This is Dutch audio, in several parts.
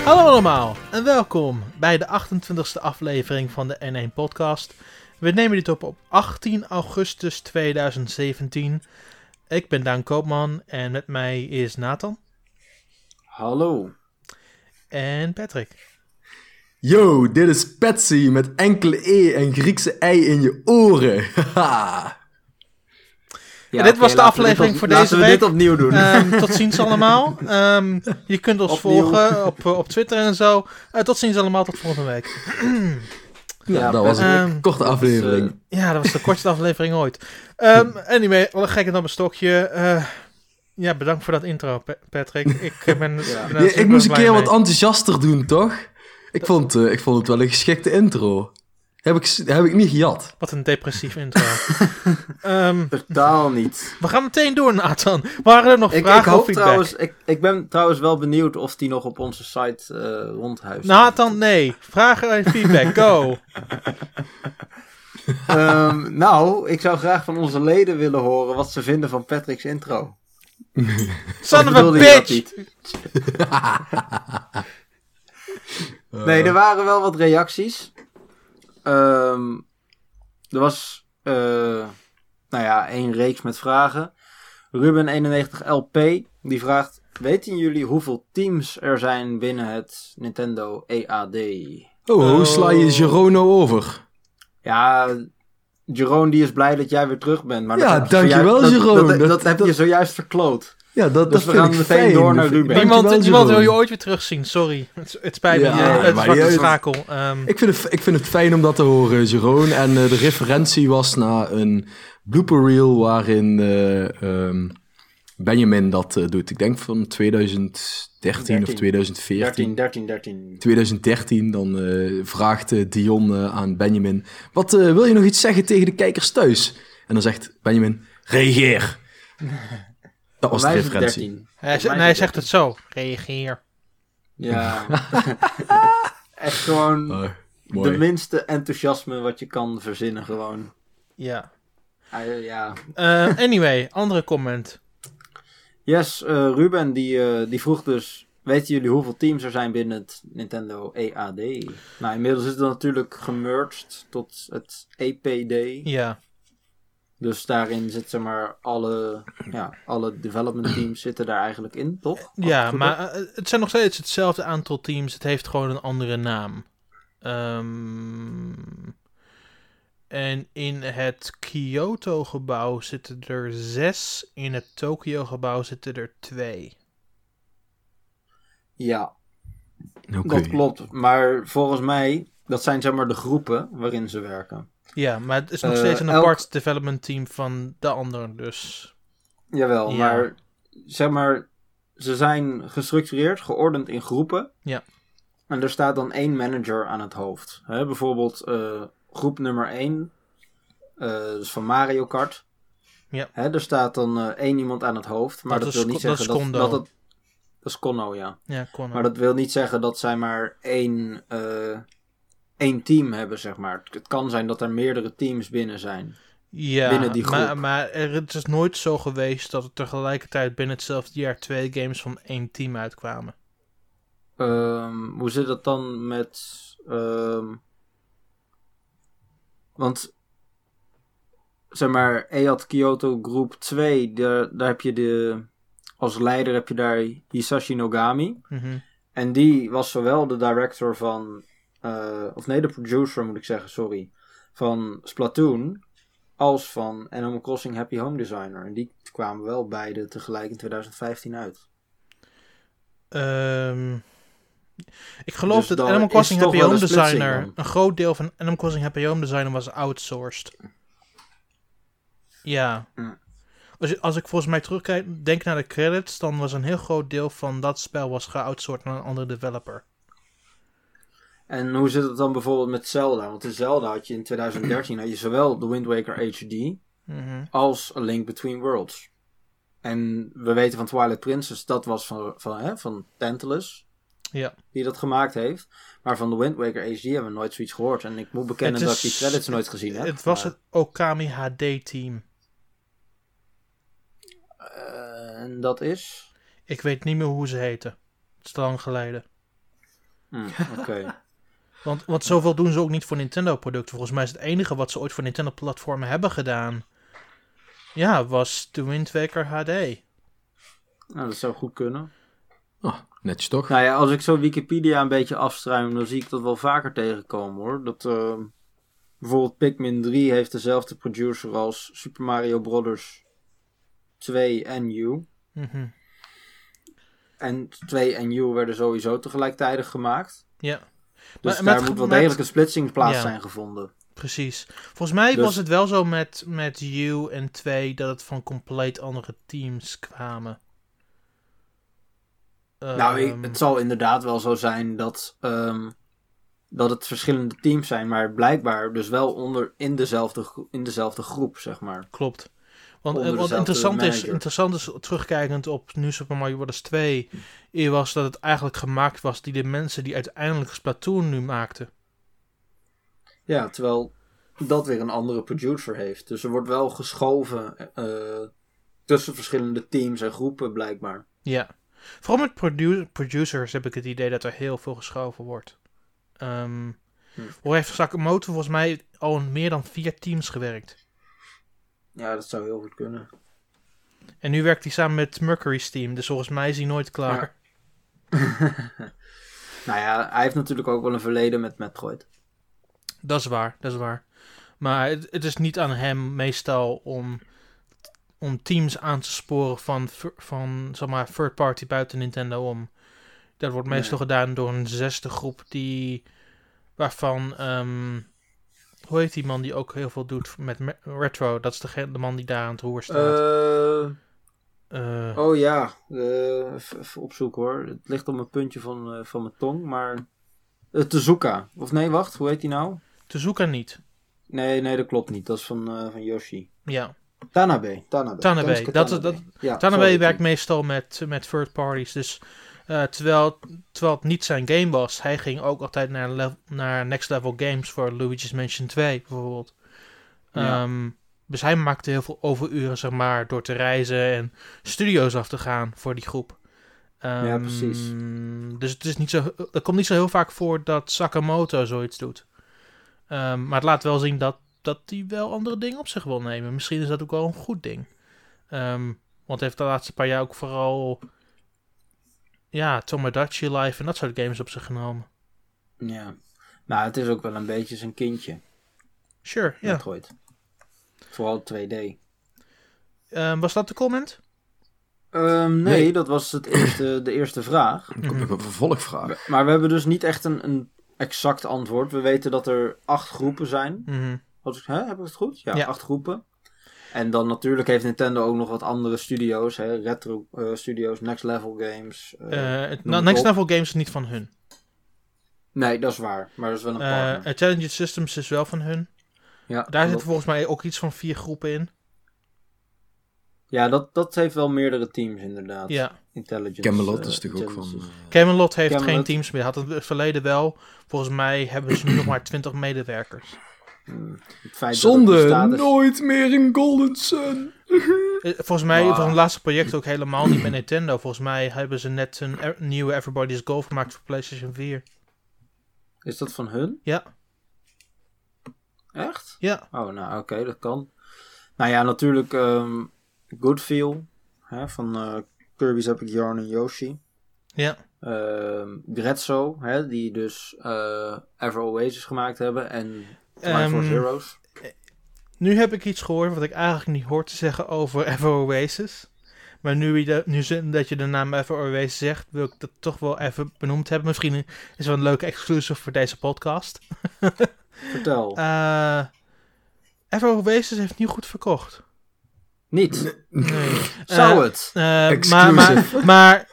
Hallo allemaal en welkom bij de 28e aflevering van de N1 podcast. We nemen dit op 18 augustus 2017. Ik ben Daan Koopman en met mij is Nathan. Hallo. En Patrick. Yo, dit is Patsy met enkele E en Griekse ei in je oren. Haha. Ja, dit was de aflevering voor deze week. Laten we dit opnieuw doen. Tot ziens allemaal. Je kunt ons volgen op Twitter en zo. Tot ziens allemaal, tot volgende week. Ja, dat was een korte aflevering. Ja, dat was de kortste aflevering ooit. Anyway, wat een gekke op een stokje. Ja, bedankt voor dat intro, Patrick. Ik moest een keer wat enthousiaster doen, toch? Ik vond het wel een geschikte intro. Heb ik niet gejat. Wat een depressief intro. Totaal niet. We gaan meteen door, Nathan. Waren er nog vragen of feedback? Ik ben trouwens wel benieuwd of die nog op onze site rondhuist. Nathan, nee. Vragen en feedback, go. Ik zou graag van onze leden willen horen wat ze vinden van Patrick's intro. Son of a bitch! Nee, er waren wel wat reacties. Er was één reeks met vragen. Ruben91LP die vraagt: weten jullie hoeveel teams er zijn binnen het Nintendo EAD? Hoe sla je Gerono over? Ja, Jeroen die is blij dat jij weer terug bent. Maar ja, dankjewel Jeroen. Dat heb je zojuist verkloot. Ja, dat dus we vind gaan ik meteen fijn. door naar Ruben. Niemand wil je ooit weer terugzien, sorry. Het spijt me, het zwarte schakel. Ik vind het fijn om dat te horen, Jeroen. En de referentie was naar een blooper reel waarin Benjamin dat doet. Ik denk van 2013 of 2014. 2013, dan vraagt Dion aan Benjamin: wat wil je nog iets zeggen tegen de kijkers thuis? En dan zegt Benjamin: reageer. Dat was de referentie. Hij zegt het zo. Reageer. Ja. Echt gewoon de minste enthousiasme wat je kan verzinnen gewoon. Ja. Ja. Anyway, andere comment. Yes, Ruben die vroeg dus: weten jullie hoeveel teams er zijn binnen het Nintendo EAD? Nou, inmiddels is het natuurlijk gemerged tot het EPD. Ja. Dus daarin zitten alle development teams zitten daar eigenlijk in, toch? Ja, maar het zijn nog steeds hetzelfde aantal teams. Het heeft gewoon een andere naam. En in het Kyoto-gebouw zitten er 6. In het Tokyo-gebouw zitten er 2. Ja, Okay. Dat klopt. Maar volgens mij, dat zijn zeg maar de groepen waarin ze werken. Ja, maar het is nog steeds een apart development team van de anderen, dus... Jawel, ja. Maar zeg maar, ze zijn gestructureerd, geordend in groepen. Ja. En er staat dan 1 manager aan het hoofd. Bijvoorbeeld groep nummer 1, dus van Mario Kart. Ja. Er staat dan 1 iemand aan het hoofd, maar dat wil niet zeggen dat het... Dat is Konno, ja. Ja, Konno. Maar dat wil niet zeggen dat zij maar één team hebben, zeg maar. Het kan zijn dat er meerdere teams binnen zijn. Ja, binnen die groep. Maar het is nooit zo geweest dat er tegelijkertijd binnen hetzelfde jaar 2 games van 1 team uitkwamen. Hoe zit dat dan met... want... Zeg maar, EAD Kyoto Groep 2, daar heb je als leider heb je daar Hisashi Nogami. Mm-hmm. En die was zowel de director van... de producer moet ik zeggen, sorry. Van Splatoon. Als van Animal Crossing Happy Home Designer. En die kwamen wel beide tegelijk in 2015 uit. Ik geloof dus dat Animal Crossing Happy Home Designer... Een groot deel van Animal Crossing Happy Home Designer was outsourced. Ja. Als ik volgens mij terugdenk naar de credits, dan was een heel groot deel van dat spel was geoutsourced naar een andere developer. En hoe zit het dan bijvoorbeeld met Zelda? Want in Zelda had je in 2013 had je zowel The Wind Waker HD als A Link Between Worlds. En we weten van Twilight Princess, dat was van Tantalus. Ja. Die dat gemaakt heeft. Maar van The Wind Waker HD hebben we nooit zoiets gehoord. En ik moet bekennen dat ik die credits nooit gezien heb. Het was het Okami HD team. En dat is? Ik weet niet meer hoe ze heten. Het is te lang geleden. Oké. Want zoveel doen ze ook niet voor Nintendo-producten. Volgens mij is het enige wat ze ooit voor Nintendo-platformen hebben gedaan... Ja, was de Wind Waker HD. Nou, dat zou goed kunnen. Oh, netjes toch? Nou ja, als ik zo Wikipedia een beetje afstruim, dan zie ik dat wel vaker tegenkomen, hoor. Dat bijvoorbeeld Pikmin 3 heeft dezelfde producer als Super Mario Bros. 2 en U. Mm-hmm. En 2 en U werden sowieso tegelijkertijd gemaakt. Ja. Dus daar moet wel degelijk een splitsing plaats zijn gevonden. Precies. Volgens mij was het wel zo met U en 2 dat het van compleet andere teams kwamen. Het zal inderdaad wel zo zijn dat het verschillende teams zijn, maar blijkbaar dus wel in dezelfde groep, zeg maar. Klopt. Want interessant is, terugkijkend op New Super Mario Bros. 2, was dat het eigenlijk gemaakt was die de mensen die uiteindelijk Splatoon nu maakten. Ja, terwijl dat weer een andere producer heeft. Dus er wordt wel geschoven tussen verschillende teams en groepen, blijkbaar. Ja. Vooral met producers heb ik het idee dat er heel veel geschoven wordt. Hoe heeft Sakamoto volgens mij al meer dan 4 teams gewerkt? Ja, dat zou heel goed kunnen. En nu werkt hij samen met Mercury's team, dus volgens mij is hij nooit klaar. Ja. Nou ja, hij heeft natuurlijk ook wel een verleden met Metroid. Dat is waar. Maar het is niet aan hem meestal om teams aan te sporen van zeg maar, third party buiten Nintendo om. Dat wordt meestal gedaan door een 6e groep waarvan hoe heet die man die ook heel veel doet met Retro? Dat is de man die daar aan het roer staat. Oh ja, even opzoeken hoor. Het ligt op mijn puntje van mijn tong, maar Tezuka. Of nee, wacht, hoe heet die nou? Tezuka niet. Nee, dat klopt niet. Dat is van Yoshi. Ja. Tanabe. Tanabe werkt meestal met third parties. Dus terwijl het niet zijn game was, hij ging ook altijd naar Next Level Games voor Luigi's Mansion 2 bijvoorbeeld. Ja. Dus hij maakte heel veel overuren, zeg maar, door te reizen en studio's af te gaan voor die groep. Ja, precies. Dus het komt niet zo heel vaak voor dat Sakamoto zoiets doet. Maar het laat wel zien dat hij wel andere dingen op zich wil nemen. Misschien is dat ook wel een goed ding. Want hij heeft de laatste paar jaar ook vooral Tomodachi Life en dat soort games op zich genomen. Ja, nou het is ook wel een beetje zijn kindje. Sure, ja. Metroid. Vooral 2D. Was dat de comment? Nee, dat was de eerste vraag. Ik heb een vervolgvraag. Maar we hebben dus niet echt een exact antwoord. We weten dat er 8 groepen zijn. Mm-hmm. Heb ik het goed? Ja, 8 groepen. En dan natuurlijk heeft Nintendo ook nog wat andere studio's. Retro studios, Next Level Games. Next Level Games is niet van hun. Nee, dat is waar. Maar dat is wel een partner. Challenger Systems is wel van hun. Ja, daar zitten volgens mij ook iets van 4 groepen in. Ja, dat heeft wel meerdere teams inderdaad. Ja. Intelligence. Camelot is toch ook van... Camelot heeft geen teams meer. Had het verleden wel. Volgens mij hebben ze nu nog maar 20 medewerkers. Zonde, nooit meer een Golden Sun. Volgens mij van het laatste project ook helemaal niet met Nintendo. Volgens mij hebben ze net een nieuwe Everybody's Golf gemaakt voor PlayStation 4. Is dat van hun? Ja. Echt? Ja. Oh, nou oké, dat kan. Nou ja, natuurlijk Good Feel van Kirby's Epic Yarn en Yoshi. Ja. Grezzo, die dus Ever Oasis gemaakt hebben en Triforce Heroes. Nu heb ik iets gehoord wat ik eigenlijk niet hoor te zeggen over Ever Oasis. Maar nu dat je de naam Ever Oasis zegt, wil ik dat toch wel even benoemd hebben. Misschien is wel een leuke exclusive voor deze podcast. Vertel. Ever Oasis heeft niet goed verkocht. Niet? Nee. Zou het? Maar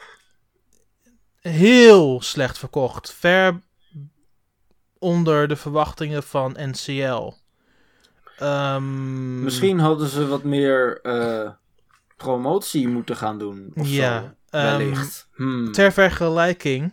heel slecht verkocht. Ver onder de verwachtingen van NCL. Misschien hadden ze wat meer promotie moeten gaan doen. Of zo, wellicht. Ter vergelijking.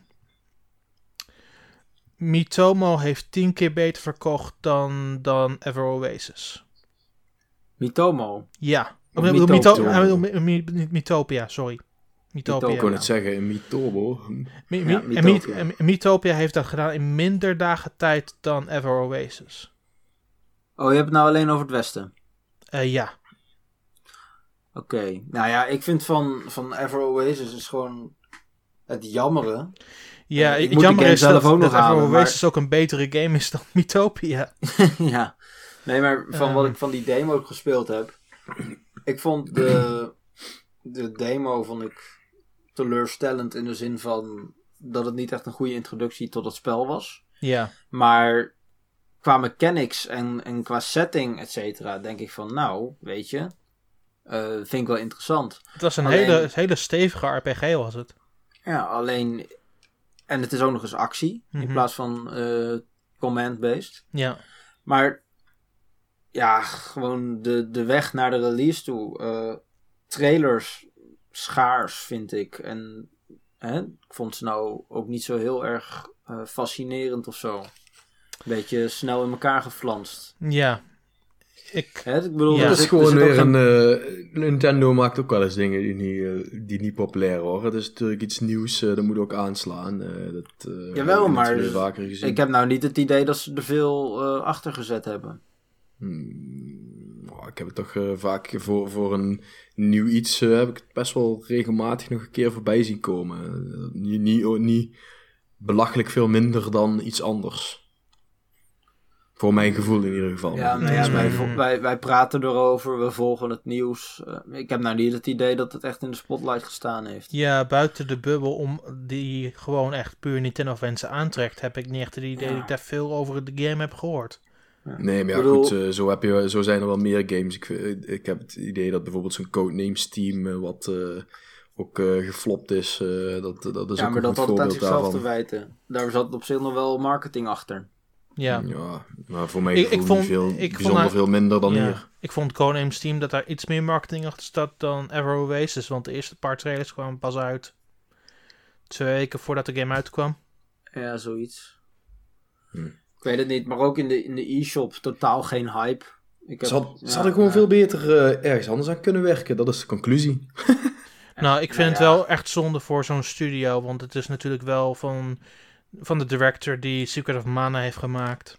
Miitomo heeft 10 keer beter verkocht dan Ever Oasis. Miitomo? Ja. Miitopia, sorry. Miitopia. Ik kon het zeggen, in Miitobo. Miitopia heeft dat gedaan in minder dagen tijd dan Ever Oasis. Oh, je hebt het nou alleen over het Westen? Ja. Oké. Nou ja, ik vind van Ever Oasis is gewoon het jammeren. Ja, het jammer is dat Ever Oasis ook een betere game is dan Miitopia. Ja. Nee, maar van wat ik van die demo ook gespeeld heb. Ik vond de demo vond ik teleurstellend in de zin van dat het niet echt een goede introductie tot het spel was. Ja. Maar qua mechanics en qua setting, et cetera, denk ik van nou, weet je, vind ik wel interessant. Het was een hele stevige RPG was het. Ja, alleen, en het is ook nog eens actie, in plaats van command-based. Ja. Maar ja, gewoon de weg naar de release toe. Trailers schaars, vind ik. En ik vond ze nou ook niet zo heel erg fascinerend of zo. Een beetje snel in elkaar geflanst. Ja. Ik bedoel, het is gewoon weer een... Nintendo maakt ook wel eens dingen die niet populair horen. Het is natuurlijk iets nieuws, dat moet ook aanslaan. Jawel, maar ik heb nou niet het idee dat ze er veel achter gezet hebben. Ik heb het toch vaak voor een nieuw iets heb ik het best wel regelmatig nog een keer voorbij zien komen. Niet belachelijk veel minder dan iets anders. Voor mijn gevoel in ieder geval. Ja, nou ja, wij praten erover, we volgen het nieuws. Ik heb nou niet het idee dat het echt in de spotlight gestaan heeft. Ja, buiten de bubbel die gewoon echt puur Nintendo-fans aantrekt, heb ik niet echt het idee dat ik daar veel over de game heb gehoord. Ja. Nee, maar ja, goed, zo zijn er wel meer games. Ik heb het idee dat bijvoorbeeld zo'n Codenames team wat ook geflopt is. Dat is ook een goed voorbeeld daarvan. Ja, maar dat had het aan zichzelf te wijten. Daar zat op zich nog wel marketing achter. Ja, maar voor mij veel minder dan hier. Ik vond Codenames team dat daar iets meer marketing achter staat dan Ever Oasis. Want de eerste paar trailers kwamen pas uit 2 weken voordat de game uitkwam. Ja, zoiets. Ik weet het niet, maar ook in de e-shop totaal geen hype. Ze hadden gewoon veel beter ergens anders aan kunnen werken. Dat is de conclusie. Nou, ik vind het wel echt zonde voor zo'n studio. Want het is natuurlijk wel van de director die Secret of Mana heeft gemaakt.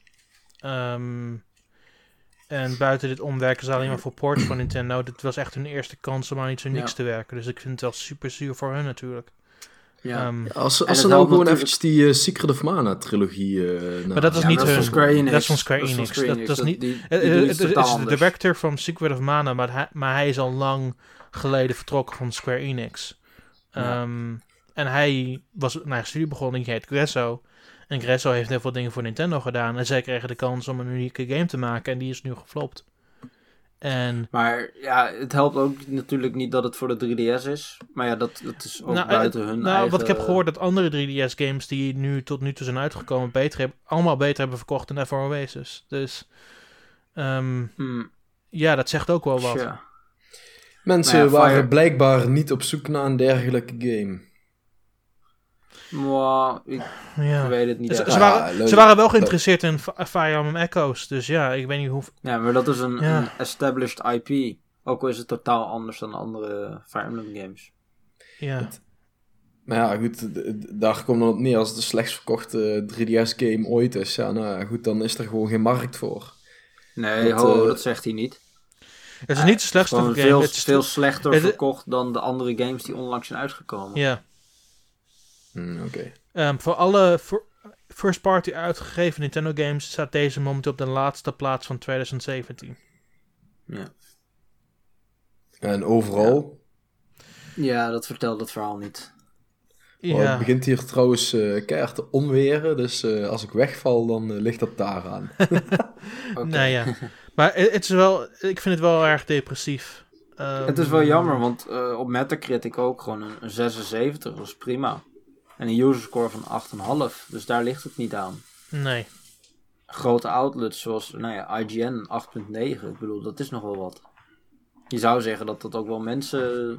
En buiten dit omwerken ze alleen maar voor ports van Nintendo. Dit was echt hun eerste kans om aan iets unieks te werken. Dus ik vind het wel super zuur voor hun natuurlijk. Ja. Als ze nou gewoon eventjes die Secret of Mana trilogie... maar dat is niet hun. Dat is van Square Enix. Dat is niet... Het is de director van Secret of Mana, maar hij is al lang geleden vertrokken van Square Enix. En hij was naar een studie begonnen, die heet Gresso. En Gresso heeft heel veel dingen voor Nintendo gedaan. En zij kregen de kans om een unieke game te maken. En die is nu geflopt. Maar ja, het helpt ook natuurlijk niet dat het voor de 3DS is. Maar ja, dat is ook buiten hun eigen... Wat ik heb gehoord, dat andere 3DS-games die tot nu toe zijn uitgekomen... allemaal beter hebben verkocht dan Ever Oasis. Dus ja, dat zegt ook wel wat. Ja. Mensen waren blijkbaar niet op zoek naar een dergelijke game. Ik weet het niet. Ze waren wel geïnteresseerd in Fire Emblem Echoes. Dus ja, ik weet niet hoe... Ja, maar dat is een established IP. Ook al is het totaal anders dan andere Fire Emblem games. Ja. Maar ja, goed, daar komt dan op neer. Als het de slechtst verkochte 3DS-game ooit is, dan is er gewoon geen markt voor. Nee, dat zegt hij niet. Het is niet de slechtste game. Het is veel slechter verkocht dan de andere games die onlangs zijn uitgekomen. Ja. Oké. Voor alle first-party uitgegeven Nintendo games staat deze momenteel op de laatste plaats van 2017. Ja. En overal? Ja, dat vertelt het verhaal niet. Ja. Het begint hier trouwens keihard te onweren, dus als ik wegval, dan ligt dat daaraan. Okay. Nou ja, maar het is wel, ik vind het wel erg depressief. Het is wel jammer, want op Metacritic ook gewoon een 76, dat is prima. En een userscore van 8,5, dus daar ligt het niet aan. Nee. Grote outlets zoals IGN 8,9, ik bedoel, dat is nog wel wat. Je zou zeggen dat dat ook wel mensen,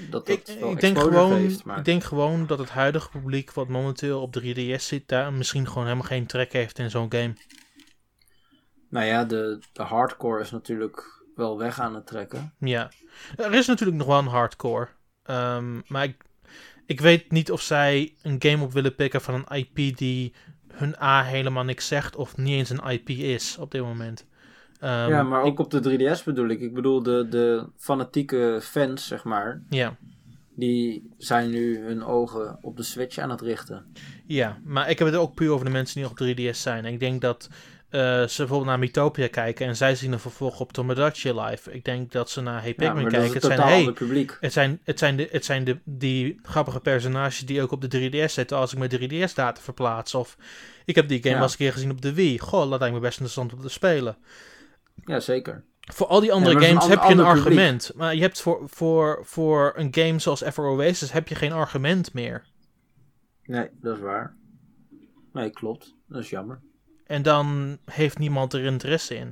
Ik denk gewoon dat het huidige publiek wat momenteel op 3DS zit, daar misschien gewoon helemaal geen trek heeft in zo'n game. Nou ja, de hardcore is natuurlijk wel weg aan het trekken. Ja, er is natuurlijk nog wel een hardcore. Maar Ik weet niet of zij een game op willen pikken van een IP die hun helemaal niks zegt of niet eens een IP is op dit moment. Ja, maar ook op de 3DS bedoel ik. Ik bedoel de fanatieke fans, zeg maar. Ja. Die zijn nu hun ogen op de Switch aan het richten. Ja, maar ik heb het ook puur over de mensen die op 3DS zijn. En ik denk dat ze bijvoorbeeld naar Miitopia kijken en zij zien een vervolg op Tomodachi Live. Ik denk dat ze naar Hey Pikmin kijken. Het zijn die grappige personages die ook op de 3DS zitten als ik mijn 3DS-data verplaats. Of ik heb die game al eens een keer gezien op de Wii. Goh, dat lijkt me best interessant om te spelen. Ja, zeker. Voor al die andere games heb je een argument. Publiek. Maar je hebt voor een game zoals Ever Oasis heb je geen argument meer. Nee, dat is waar. Nee, klopt. Dat is jammer. En dan heeft niemand er interesse in.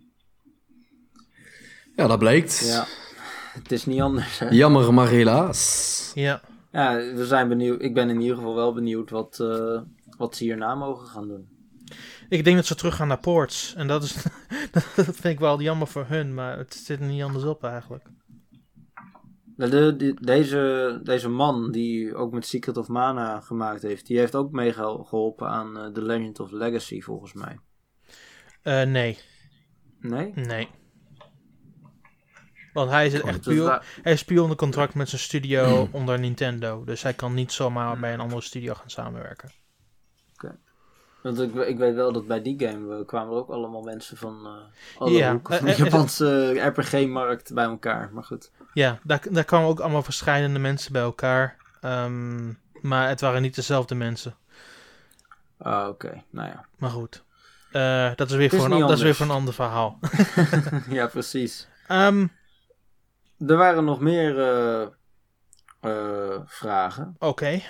Ja, dat blijkt. Ja, het is niet anders. Hè? Jammer, maar helaas. Ja. Ja, we zijn benieuwd. Ik ben in ieder geval wel benieuwd wat ze hierna mogen gaan doen. Ik denk dat ze teruggaan naar ports. En dat vind ik wel jammer voor hun, maar het zit er niet anders op eigenlijk. Deze man die ook met Secret of Mana gemaakt heeft, die heeft ook meegeholpen aan The Legend of Legacy volgens mij. Nee. Nee? Nee. Want hij is puur onder contract met zijn studio onder Nintendo. Dus hij kan niet zomaar bij een andere studio gaan samenwerken. Oké. Want ik weet wel dat bij die game kwamen er ook allemaal mensen van alle hoeken van de Japanse RPG-markt bij elkaar. Maar goed. Ja, daar kwamen ook allemaal verschillende mensen bij elkaar. Maar het waren niet dezelfde mensen. Ah, oké. Nou ja. Maar goed. Dat is weer voor een ander verhaal. Ja, precies. Er waren nog meer vragen. Oké.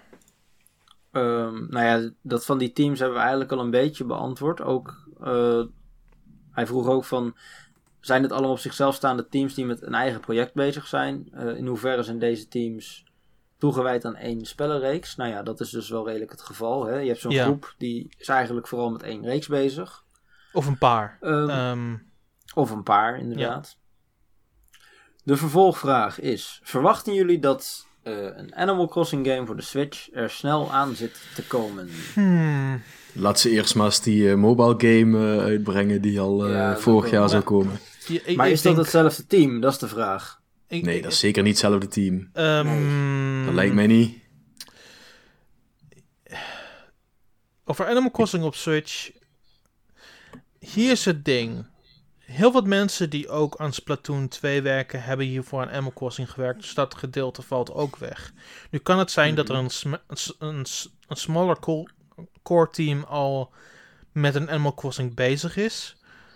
Nou ja, dat van die teams hebben we eigenlijk al een beetje beantwoord. Ook, hij vroeg ook van, zijn het allemaal op zichzelf staande teams die met een eigen project bezig zijn? In hoeverre zijn deze teams toegewijd aan één spellenreeks? Nou ja, dat is dus wel redelijk het geval. Hè? Je hebt zo'n groep die is eigenlijk vooral met één reeks bezig. Of een paar. Of een paar, inderdaad. Ja. De vervolgvraag is, verwachten jullie dat een Animal Crossing game voor de Switch er snel aan zit te komen? Laat ze eerst maar eens die mobile game uitbrengen die al vorig jaar zou komen. Maar is dat hetzelfde team? Dat is de vraag. Nee, dat is zeker niet hetzelfde team. Dat lijkt mij niet. Over Animal Crossing op Switch. Hier is het ding. Heel wat mensen die ook aan Splatoon 2 werken, hebben hiervoor aan Animal Crossing gewerkt. Dus dat gedeelte valt ook weg. Nu kan het zijn dat er een smaller core team al met een Animal Crossing bezig is.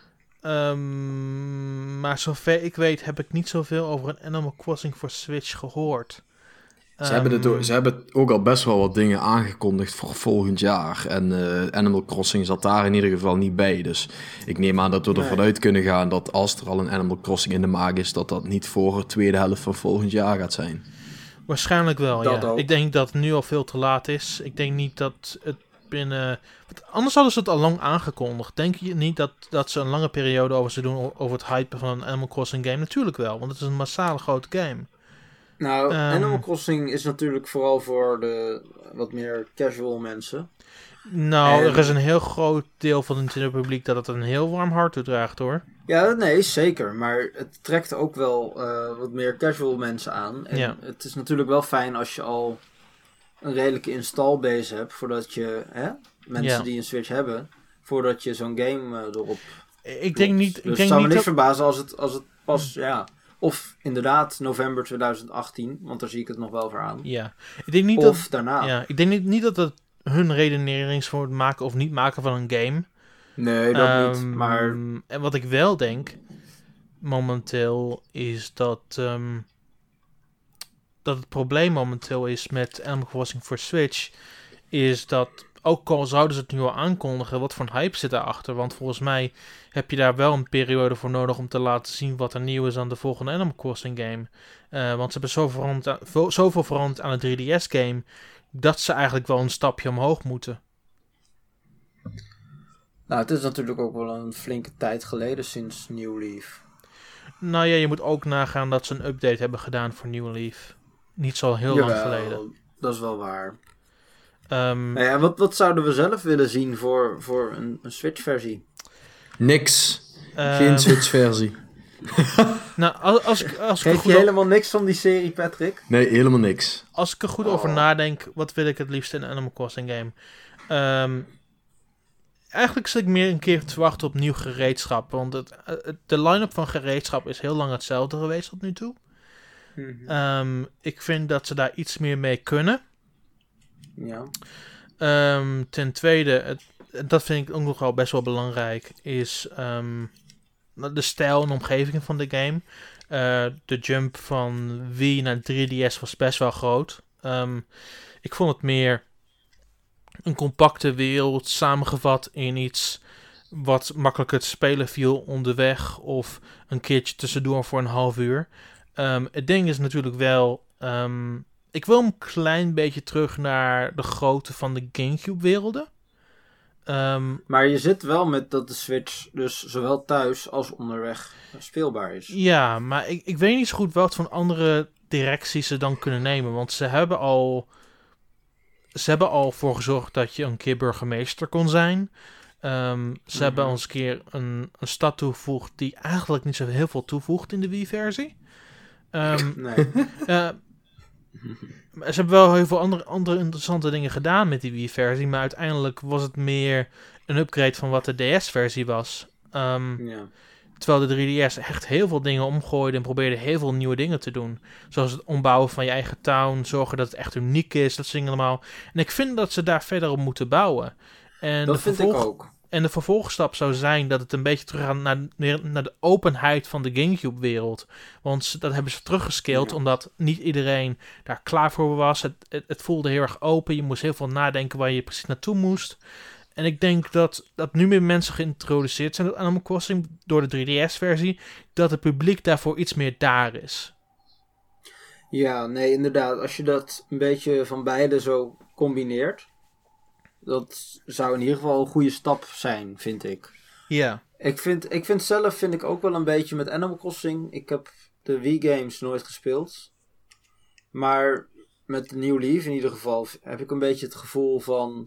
Maar zover ik weet heb ik niet zoveel over een Animal Crossing voor Switch gehoord. Ze hebben ook al best wel wat dingen aangekondigd voor volgend jaar. En Animal Crossing zat daar in ieder geval niet bij. Dus ik neem aan dat we ervan uit kunnen gaan dat als er al een Animal Crossing in de maak is, dat niet voor de tweede helft van volgend jaar gaat zijn. Waarschijnlijk wel, ja. Ook. Ik denk dat het nu al veel te laat is. Ik denk niet dat het binnen... Anders hadden ze het al lang aangekondigd. Denk je niet dat ze een lange periode over ze doen over het hypen van een Animal Crossing game? Natuurlijk wel, want het is een massale grote game. Nou, Animal Crossing is natuurlijk vooral voor de wat meer casual mensen. Nou, er is een heel groot deel van het Nintendo publiek dat het een heel warm hart toedraagt, hoor. Ja, nee, zeker. Maar het trekt ook wel wat meer casual mensen aan. En het is natuurlijk wel fijn als je al een redelijke installbase hebt, voordat je mensen die een Switch hebben, voordat je zo'n game erop. Ik denk niet. Dus het zou me niet verbazen als het pas, of inderdaad november 2018, want daar zie ik het nog wel voor aan. Ja, ik denk niet of daarna. Ja, ik denk niet dat het hun redenering is voor het maken of niet maken van een game. Nee, dat niet. Maar en wat ik wel denk momenteel is dat het probleem momenteel is met Animal Crossing voor Switch, is dat ook al zouden ze het nu al aankondigen, wat voor een hype zit daarachter? Want volgens mij heb je daar wel een periode voor nodig om te laten zien wat er nieuw is aan de volgende Animal Crossing game. Want ze hebben zoveel veranderd aan de 3DS game, dat ze eigenlijk wel een stapje omhoog moeten. Nou, het is natuurlijk ook wel een flinke tijd geleden sinds New Leaf. Nou ja, je moet ook nagaan dat ze een update hebben gedaan voor New Leaf. niet zo heel lang geleden. Dat is wel waar. Wat zouden we zelf willen zien voor een Switch-versie? Niks. Geen Switch-versie. Nou, als Geef je helemaal niks van die serie, Patrick? Nee, helemaal niks. Als ik er goed over nadenk, wat wil ik het liefst in een Animal Crossing game? Eigenlijk zit ik meer een keer te wachten op nieuw gereedschap. Want de line-up van gereedschap is heel lang hetzelfde geweest tot nu toe. Mm-hmm. Ik vind dat ze daar iets meer mee kunnen. Ja. Ten tweede, dat vind ik ook nog wel best wel belangrijk, is de stijl en omgeving van de game. De jump van Wii naar 3DS was best wel groot. Ik vond het meer een compacte wereld samengevat in iets wat makkelijker te spelen viel onderweg of een keertje tussendoor voor een half uur. Het ding is natuurlijk wel, ik wil een klein beetje terug naar de grootte van de GameCube-werelden. Maar je zit wel met dat de Switch dus zowel thuis als onderweg speelbaar is. Ja, maar ik weet niet zo goed wat voor andere directies ze dan kunnen nemen. Want ze hebben al voor gezorgd dat je een keer burgemeester kon zijn. Ze hebben ons een keer een stad toegevoegd die eigenlijk niet zo heel veel toevoegt in de Wii-versie. Nee. Ze hebben wel heel veel andere interessante dingen gedaan met die Wii-versie, maar uiteindelijk was het meer een upgrade van wat de DS-versie was. Terwijl de 3DS echt heel veel dingen omgooide en probeerde heel veel nieuwe dingen te doen. Zoals het ombouwen van je eigen town, zorgen dat het echt uniek is, dat soort dingen allemaal. En ik vind dat ze daar verder op moeten bouwen. En dat vind ik ook. En de vervolgstap zou zijn dat het een beetje teruggaat naar de openheid van de GameCube-wereld. Want dat hebben ze teruggescaled, omdat niet iedereen daar klaar voor was. Het voelde heel erg open. Je moest heel veel nadenken waar je precies naartoe moest. En ik denk dat nu meer mensen geïntroduceerd zijn door Animal Crossing, door de 3DS-versie, dat het publiek daarvoor iets meer daar is. Ja, nee, inderdaad. Als je dat een beetje van beide zo combineert, dat zou in ieder geval een goede stap zijn, vind ik. Ja. Ik vind ook wel een beetje met Animal Crossing. Ik heb de Wii-games nooit gespeeld. Maar met de New Leaf in ieder geval heb ik een beetje het gevoel van,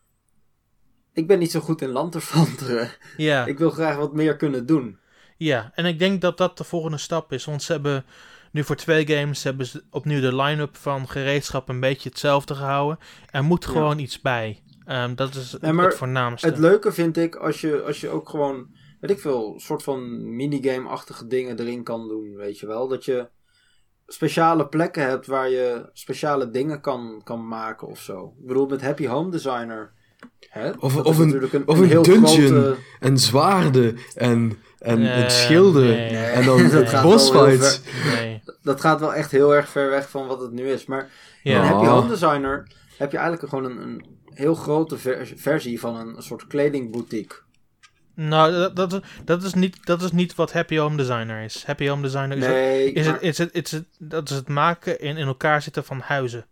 ik ben niet zo goed in lanterfanteren. Ja. Ik wil graag wat meer kunnen doen. Ja, en ik denk dat dat de volgende stap is. Want ze hebben nu voor 2 games hebben ze opnieuw de line-up van gereedschap een beetje hetzelfde gehouden. Er moet gewoon iets bij. Dat is het voornaamste. Het leuke vind ik als je ook gewoon, weet ik veel, soort van minigame-achtige dingen erin kan doen, weet je wel. Dat je speciale plekken hebt waar je speciale dingen kan maken of zo. Ik bedoel, met Happy Home Designer. Hè? Of een heel dungeon en zwaarden en schilden en dan bossfights. Dat gaat wel echt heel erg ver weg van wat het nu is. Maar in Happy Home Designer heb je eigenlijk gewoon een heel grote versie van een soort kledingboutique. Nou, dat is niet wat Happy Home Designer is. Happy Home Designer dat is het maken in elkaar zitten van huizen.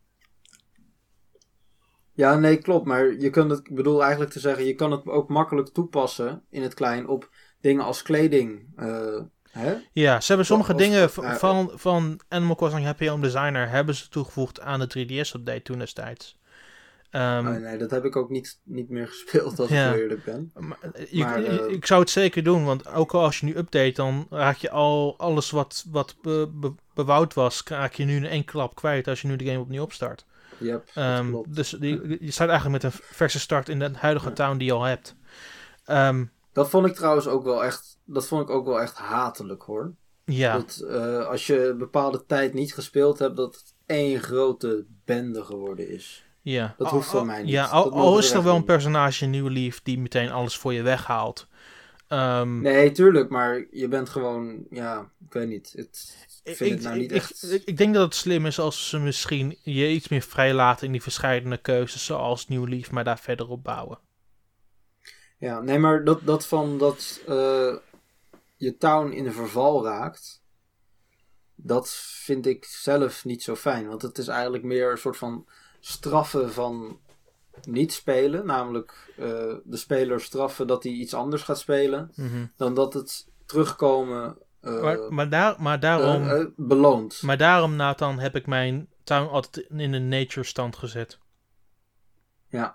Ja, nee, klopt. Maar je kunt het, ik bedoel eigenlijk te zeggen, je kan het ook makkelijk toepassen in het klein op dingen als kleding. Hè? Ja, ze hebben sommige dingen van Animal Crossing Happy Home Designer hebben ze toegevoegd aan de 3DS-update toen destijds. Nee, dat heb ik ook niet meer gespeeld, als ik eerlijk ben. Ik zou het zeker doen, want ook als je nu update, dan raak je alles wat bebouwd was, raak je nu in één klap kwijt als je nu de game opnieuw opstart. Yep, klopt. Dus je staat eigenlijk met een verse start in de huidige town die je al hebt. Dat vond ik trouwens ook wel echt hatelijk, hoor. Ja. Dat als je een bepaalde tijd niet gespeeld hebt, dat het één grote bende geworden is. Ja. Dat hoeft van mij niet. Ja, al is er wel een personage in New Leaf die meteen alles voor je weghaalt. Nee, tuurlijk, maar je bent gewoon, ik weet niet. Ik denk dat het slim is als ze misschien je iets meer vrij laten in die verschillende keuzes, zoals New Leaf, maar daar verder op bouwen. Ja, nee, maar dat je town in de verval raakt, dat vind ik zelf niet zo fijn. Want het is eigenlijk meer een soort van straffen van niet spelen. Namelijk de speler straffen dat hij iets anders gaat spelen. Mm-hmm. Dan dat het terugkomen maar daarom beloont. Maar daarom, Nathan, heb ik mijn town altijd in een nature stand gezet. Ja.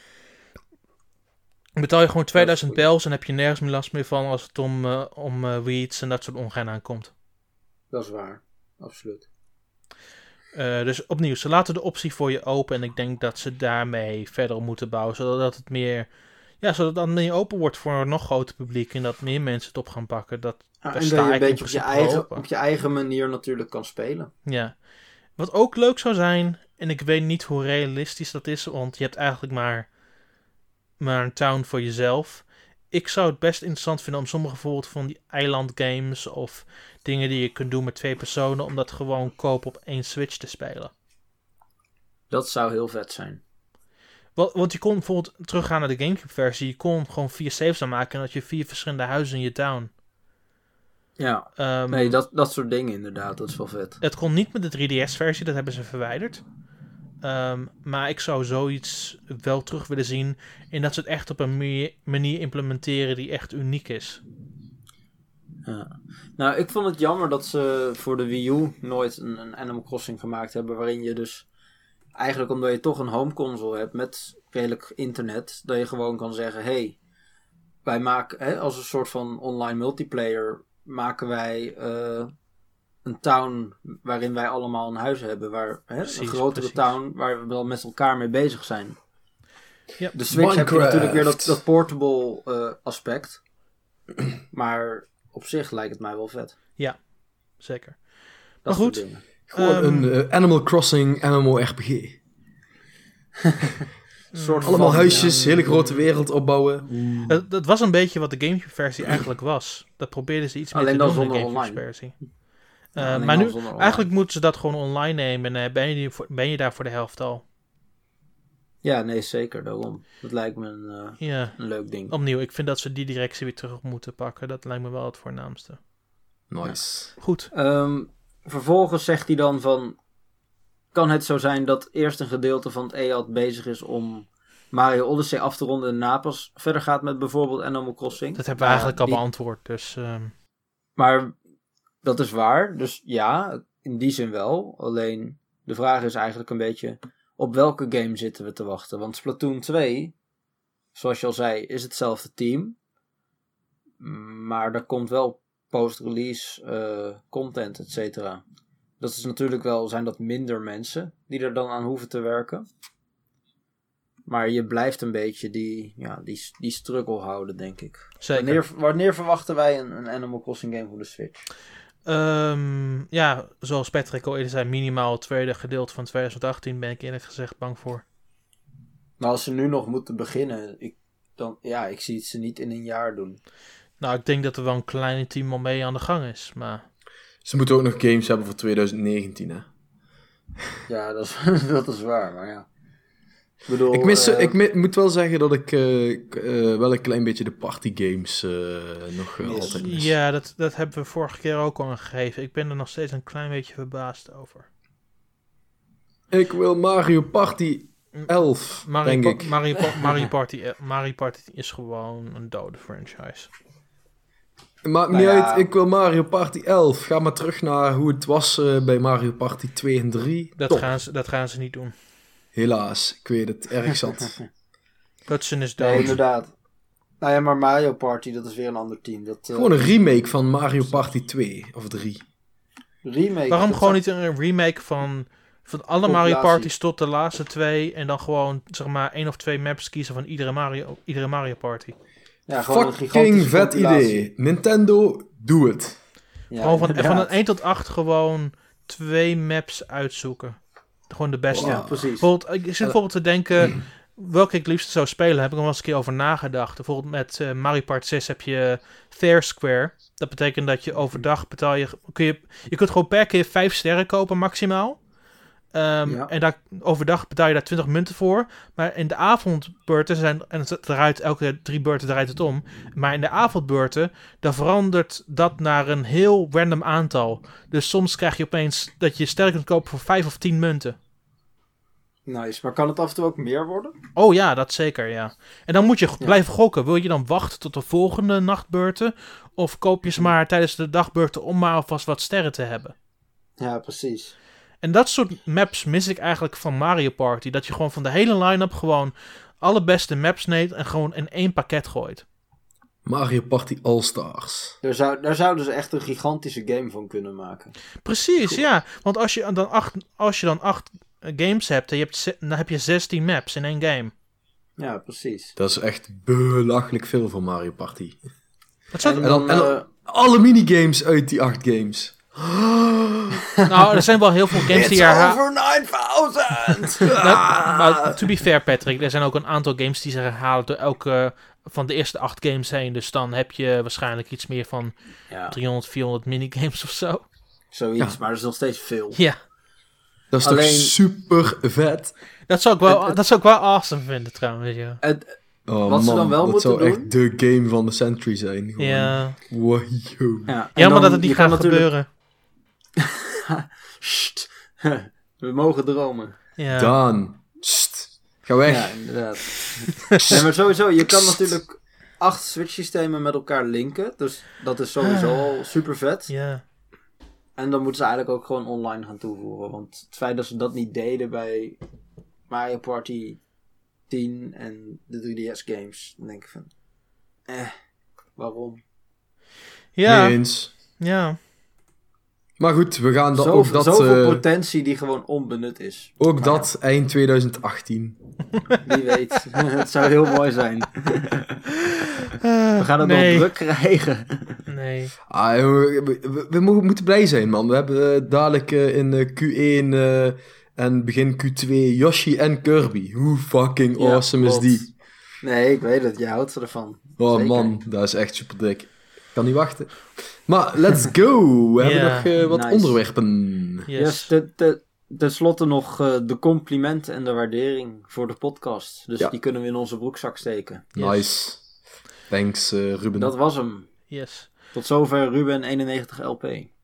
Betaal je gewoon 2000 bells en heb je nergens meer last meer van als het om weeds en dat soort ongein aankomt. Dat is waar, absoluut. Dus opnieuw, ze laten de optie voor je open en ik denk dat ze daarmee verder moeten bouwen, zodat het meer, zodat het meer open wordt voor een nog groter publiek en dat meer mensen het op gaan pakken. En dat je een beetje op je eigen manier natuurlijk kan spelen. Ja. Wat ook leuk zou zijn, en ik weet niet hoe realistisch dat is, want je hebt eigenlijk maar een town voor jezelf. Ik zou het best interessant vinden om sommige bijvoorbeeld van die eilandgames of dingen die je kunt doen met 2 personen, om dat gewoon koop op 1 Switch te spelen. Dat zou heel vet zijn. Want je kon bijvoorbeeld teruggaan naar de Gamecube versie, je kon gewoon 4 saves aanmaken en dat je 4 verschillende huizen in je town. Ja, nee, dat soort dingen inderdaad, dat is wel vet. Het kon niet met de 3DS versie, dat hebben ze verwijderd. Maar ik zou zoiets wel terug willen zien en dat ze het echt op een manier implementeren die echt uniek is. Ja. Nou, ik vond het jammer dat ze voor de Wii U nooit een Animal Crossing gemaakt hebben, waarin je dus eigenlijk omdat je toch een home console hebt met redelijk internet, dat je gewoon kan zeggen, hey, wij maken als een soort van online multiplayer maken wij een town waarin wij allemaal een huis hebben. Precies, een grotere town waar we wel met elkaar mee bezig zijn. Ja. De Switch heb je natuurlijk weer dat portable aspect. Maar op zich lijkt het mij wel vet. Ja, zeker. Dat maar goed. Dingen. Gewoon een Animal Crossing MMORPG. Allemaal huisjes, hele grote wereld opbouwen. Dat was een beetje wat de Gamecube versie eigenlijk was. Dat probeerden ze iets meer te doen in de Gamecube versie. Maar nu, eigenlijk moeten ze dat gewoon online nemen en ben je daar voor de helft al. Ja, nee, zeker, daarom. Dat lijkt me een leuk ding. Opnieuw, ik vind dat ze die directie weer terug moeten pakken. Dat lijkt me wel het voornaamste. Nice. Ja. Goed. Vervolgens zegt hij dan van, kan het zo zijn dat eerst een gedeelte van het EAD bezig is om Mario Odyssey af te ronden en na pas verder gaat met bijvoorbeeld Animal Crossing? Dat hebben we eigenlijk al beantwoord, dus... Maar dat is waar, dus ja, in die zin wel. Alleen, de vraag is eigenlijk een beetje, op welke game zitten we te wachten? Want Splatoon 2, zoals je al zei, is hetzelfde team. Maar er komt wel post-release content, et cetera. Dat is natuurlijk wel, zijn dat minder mensen die er dan aan hoeven te werken. Maar je blijft een beetje die struggle houden, denk ik. Zeker. Wanneer verwachten wij een Animal Crossing game voor de Switch? Zoals Patrick al eerder zei, minimaal het tweede gedeelte van 2018 ben ik eerlijk gezegd bang voor. Nou, als ze nu nog moeten beginnen, ik zie het ze niet in een jaar doen. Nou, ik denk dat er wel een kleine team al mee aan de gang is, maar... Ze moeten ook nog games hebben voor 2019, hè? Ja, dat is waar, maar ja. Ik bedoel, ik moet wel zeggen dat ik wel een klein beetje de partygames nog altijd mis. Ja, dat hebben we vorige keer ook al aangegeven. Ik ben er nog steeds een klein beetje verbaasd over. Ik wil Mario Party 11, denk ik. Mario Party is gewoon een dode franchise. Maakt niet uit, ik wil Mario Party 11. Ga maar terug naar hoe het was bij Mario Party 2 en 3. Dat gaan ze niet doen. Helaas, ik weet het, erg zat. Hudson is dood. Nee, inderdaad. Nou ja, maar Mario Party, dat is weer een ander team. Gewoon een remake van Mario Party 2 of 3. Remake? Waarom gewoon niet een remake van alle Mario Parties tot de laatste 2 en dan gewoon, zeg maar, 1 of 2 maps kiezen van iedere Mario Party? Ja, gewoon fucking vet idee. Nintendo, doe het. Ja, gewoon van een 1 tot 8 gewoon 2 maps uitzoeken. Gewoon de beste. Ja, precies. Ik zit bijvoorbeeld te denken welke ik liefst zou spelen. Heb ik nog wel eens een keer over nagedacht. Bijvoorbeeld met Mario Party 6 heb je Fair Square. Dat betekent dat je overdag betaal je kunt gewoon per keer 5 sterren kopen maximaal. En overdag betaal je daar 20 munten voor. Maar in de avondbeurten elke 3 beurten draait het om. Maar in de avondbeurten, dan verandert dat naar een heel random aantal. Dus soms krijg je opeens dat je sterren kunt kopen voor 5 of 10 munten. Nice, maar kan het af en toe ook meer worden? Oh ja, dat zeker, ja. En dan moet je blijven gokken. Wil je dan wachten tot de volgende nachtbeurten? Of koop je ze maar tijdens de dagbeurten om maar alvast wat sterren te hebben? Ja, precies. En dat soort maps mis ik eigenlijk van Mario Party. Dat je gewoon van de hele line-up gewoon alle beste maps neemt en gewoon in één pakket gooit. Mario Party All-Stars. Daar zouden ze echt een gigantische game van kunnen maken. Precies, ja. Want als je dan 8 games hebt en dan heb je 16 maps in één game. Ja, precies. Dat is echt belachelijk veel voor Mario Party. En dan alle minigames uit die 8 games. Nou, er zijn wel heel veel games die herhalen. Over 9000! Maar to be fair, Patrick, er zijn ook een aantal games die zich herhalen door elke van de eerste 8 games heen. Dus dan heb je waarschijnlijk iets meer van 300, 400 minigames of zo. Zoiets, maar dat is nog steeds veel. Ja. Dat is toch super vet? Dat zou ik wel awesome vinden trouwens, ja. Wat ze dan wel moeten doen... Dat zou echt de game van de century zijn. Gewoon. Ja. Wow. Ja, maar dat het niet gaat gebeuren. Sst. We mogen dromen. Ja. Dan. Sst. Ga weg. Ja, inderdaad. Nee, maar sowieso, je kan natuurlijk 8 Switch-systemen met elkaar linken. Dus dat is sowieso al super vet. Ja. En dan moeten ze eigenlijk ook gewoon online gaan toevoegen. Want het feit dat ze dat niet deden bij Mario Party 10 en de 3DS games, dan denk ik van... waarom? Ja. Nee eens. Ja. Maar goed, we gaan dan ook dat... Zoveel potentie die gewoon onbenut is. Ook dat eind 2018. Wie weet. Het zou heel mooi zijn. We gaan het nog druk krijgen. Nee. We moeten blij zijn, man. We hebben dadelijk in Q1 en begin Q2 Yoshi en Kirby. Hoe fucking awesome is die? Nee, ik weet het. Je houdt ervan. Oh Zeker. Man, dat is echt super dik. Ik kan niet wachten. Maar let's go. We hebben nog wat onderwerpen. Yes. Ten slotte nog de complimenten en de waardering voor de podcast. Dus die kunnen we in onze broekzak steken. Yes. Nice. Thanks, Ruben. Dat was hem. Yes. Tot zover Ruben 91 LP.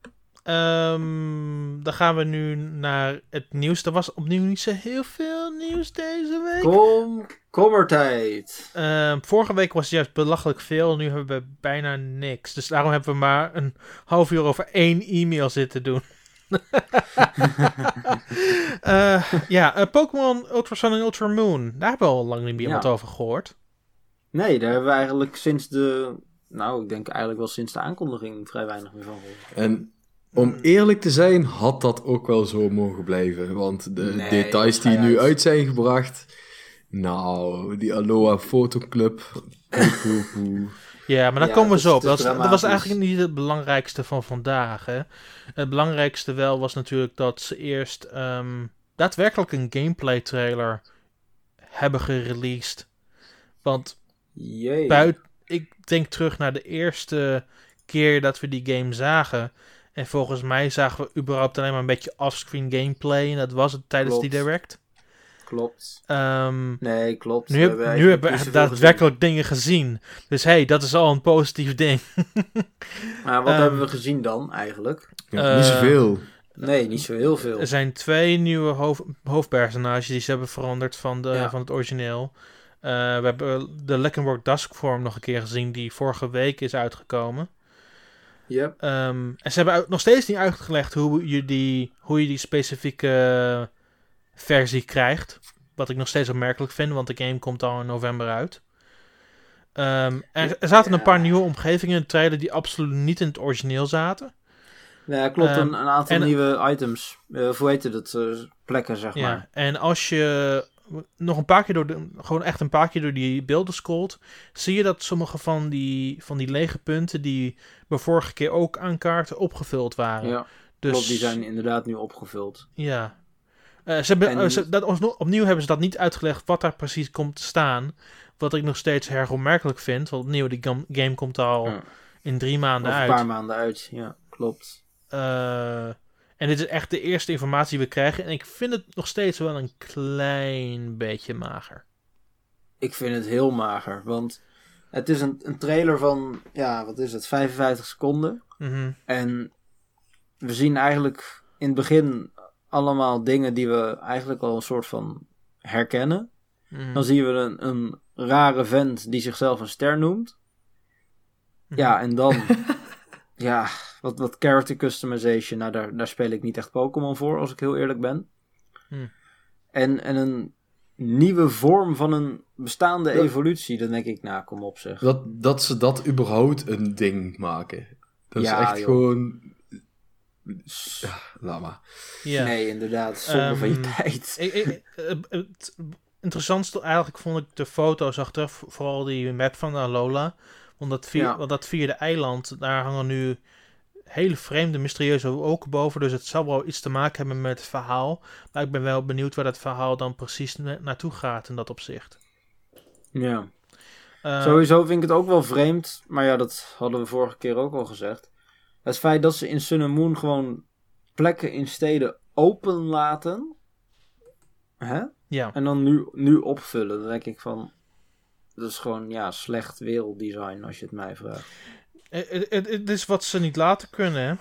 Dan gaan we nu naar het nieuws. Er was opnieuw niet zo heel veel nieuws deze week. Kommertijd. Vorige week was het juist belachelijk veel. Nu hebben we bijna niks. Dus daarom hebben we maar een half uur over 1 e-mail zitten doen. Pokémon Ultra Sun en Ultra Moon. Daar hebben we al lang niet meer wat over gehoord. Nee, daar hebben we eigenlijk sinds ik denk eigenlijk wel sinds de aankondiging vrij weinig meer van gehoord. En om eerlijk te zijn, had dat ook wel zo mogen blijven. Want de details die nu uit zijn gebracht... Nou, die Aloha Fotoclub. Ja, maar daar komen we zo op. Dat was eigenlijk niet het belangrijkste van vandaag. Hè? Het belangrijkste wel was natuurlijk dat ze eerst daadwerkelijk een gameplay trailer hebben gereleased. Want ik denk terug naar de eerste keer dat we die game zagen. En volgens mij zagen we überhaupt alleen maar een beetje offscreen gameplay. En dat was het tijdens die direct. Klopt. Nee, klopt. Nu hebben we daadwerkelijk dingen gezien. Dus dat is al een positief ding. Maar wat hebben we gezien dan eigenlijk? Niet zoveel. Nee, niet zo heel veel. Er zijn 2 nieuwe hoofdpersonages die ze hebben veranderd van het origineel. We hebben de Lekkenborg Duskform nog een keer gezien die vorige week is uitgekomen. Yep. En ze hebben nog steeds niet uitgelegd hoe je die specifieke versie krijgt. Wat ik nog steeds opmerkelijk vind, want de game komt al in november uit. Er zaten een paar nieuwe omgevingen in de trailer die absoluut niet in het origineel zaten. Ja, klopt. Een aantal nieuwe items. Hoe heet het? Plekken, zeg maar. Ja, en als je nog een paar keer een paar keer door die beelden scrolt, zie je dat sommige van die lege punten die we vorige keer ook aan kaarten opgevuld waren. Ja, dus, klopt, die zijn inderdaad nu opgevuld. Ja. Opnieuw hebben ze dat niet uitgelegd wat daar precies komt te staan. Wat ik nog steeds erg opmerkelijk vind. Want opnieuw, die game komt al in 3 maanden uit. Een paar maanden uit, ja, klopt. En dit is echt de eerste informatie die we krijgen. En ik vind het nog steeds wel een klein beetje mager. Ik vind het heel mager. Want het is een trailer van, 55 seconden. Mm-hmm. En we zien eigenlijk in het begin allemaal dingen die we eigenlijk al een soort van herkennen. Mm-hmm. Dan zien we een rare vent die zichzelf een ster noemt. Mm-hmm. Ja, en dan... wat character customization. Nou, daar speel ik niet echt Pokémon voor, als ik heel eerlijk ben. En een nieuwe vorm van een bestaande evolutie. Dan denk ik, nou, kom op zeg. Dat ze dat überhaupt een ding maken. Dat is echt gewoon... Ja, laat maar. Ja. Nee, inderdaad. Zonde van je tijd. Het interessantste eigenlijk vond ik de foto's achter. Vooral die map van Alola. Want dat vierde eiland, daar hangen nu hele vreemde, mysterieuze wolken boven. Dus het zal wel iets te maken hebben met het verhaal. Maar ik ben wel benieuwd waar dat verhaal dan precies naartoe gaat in dat opzicht. Ja. Sowieso vind ik het ook wel vreemd. Maar ja, dat hadden we vorige keer ook al gezegd. Het feit dat ze in Sun and Moon gewoon plekken in steden open laten. Hè? Ja. En dan nu opvullen. Dan denk ik van... Dat is gewoon, slecht werelddesign als je het mij vraagt. Het is wat ze niet laten kunnen, hè?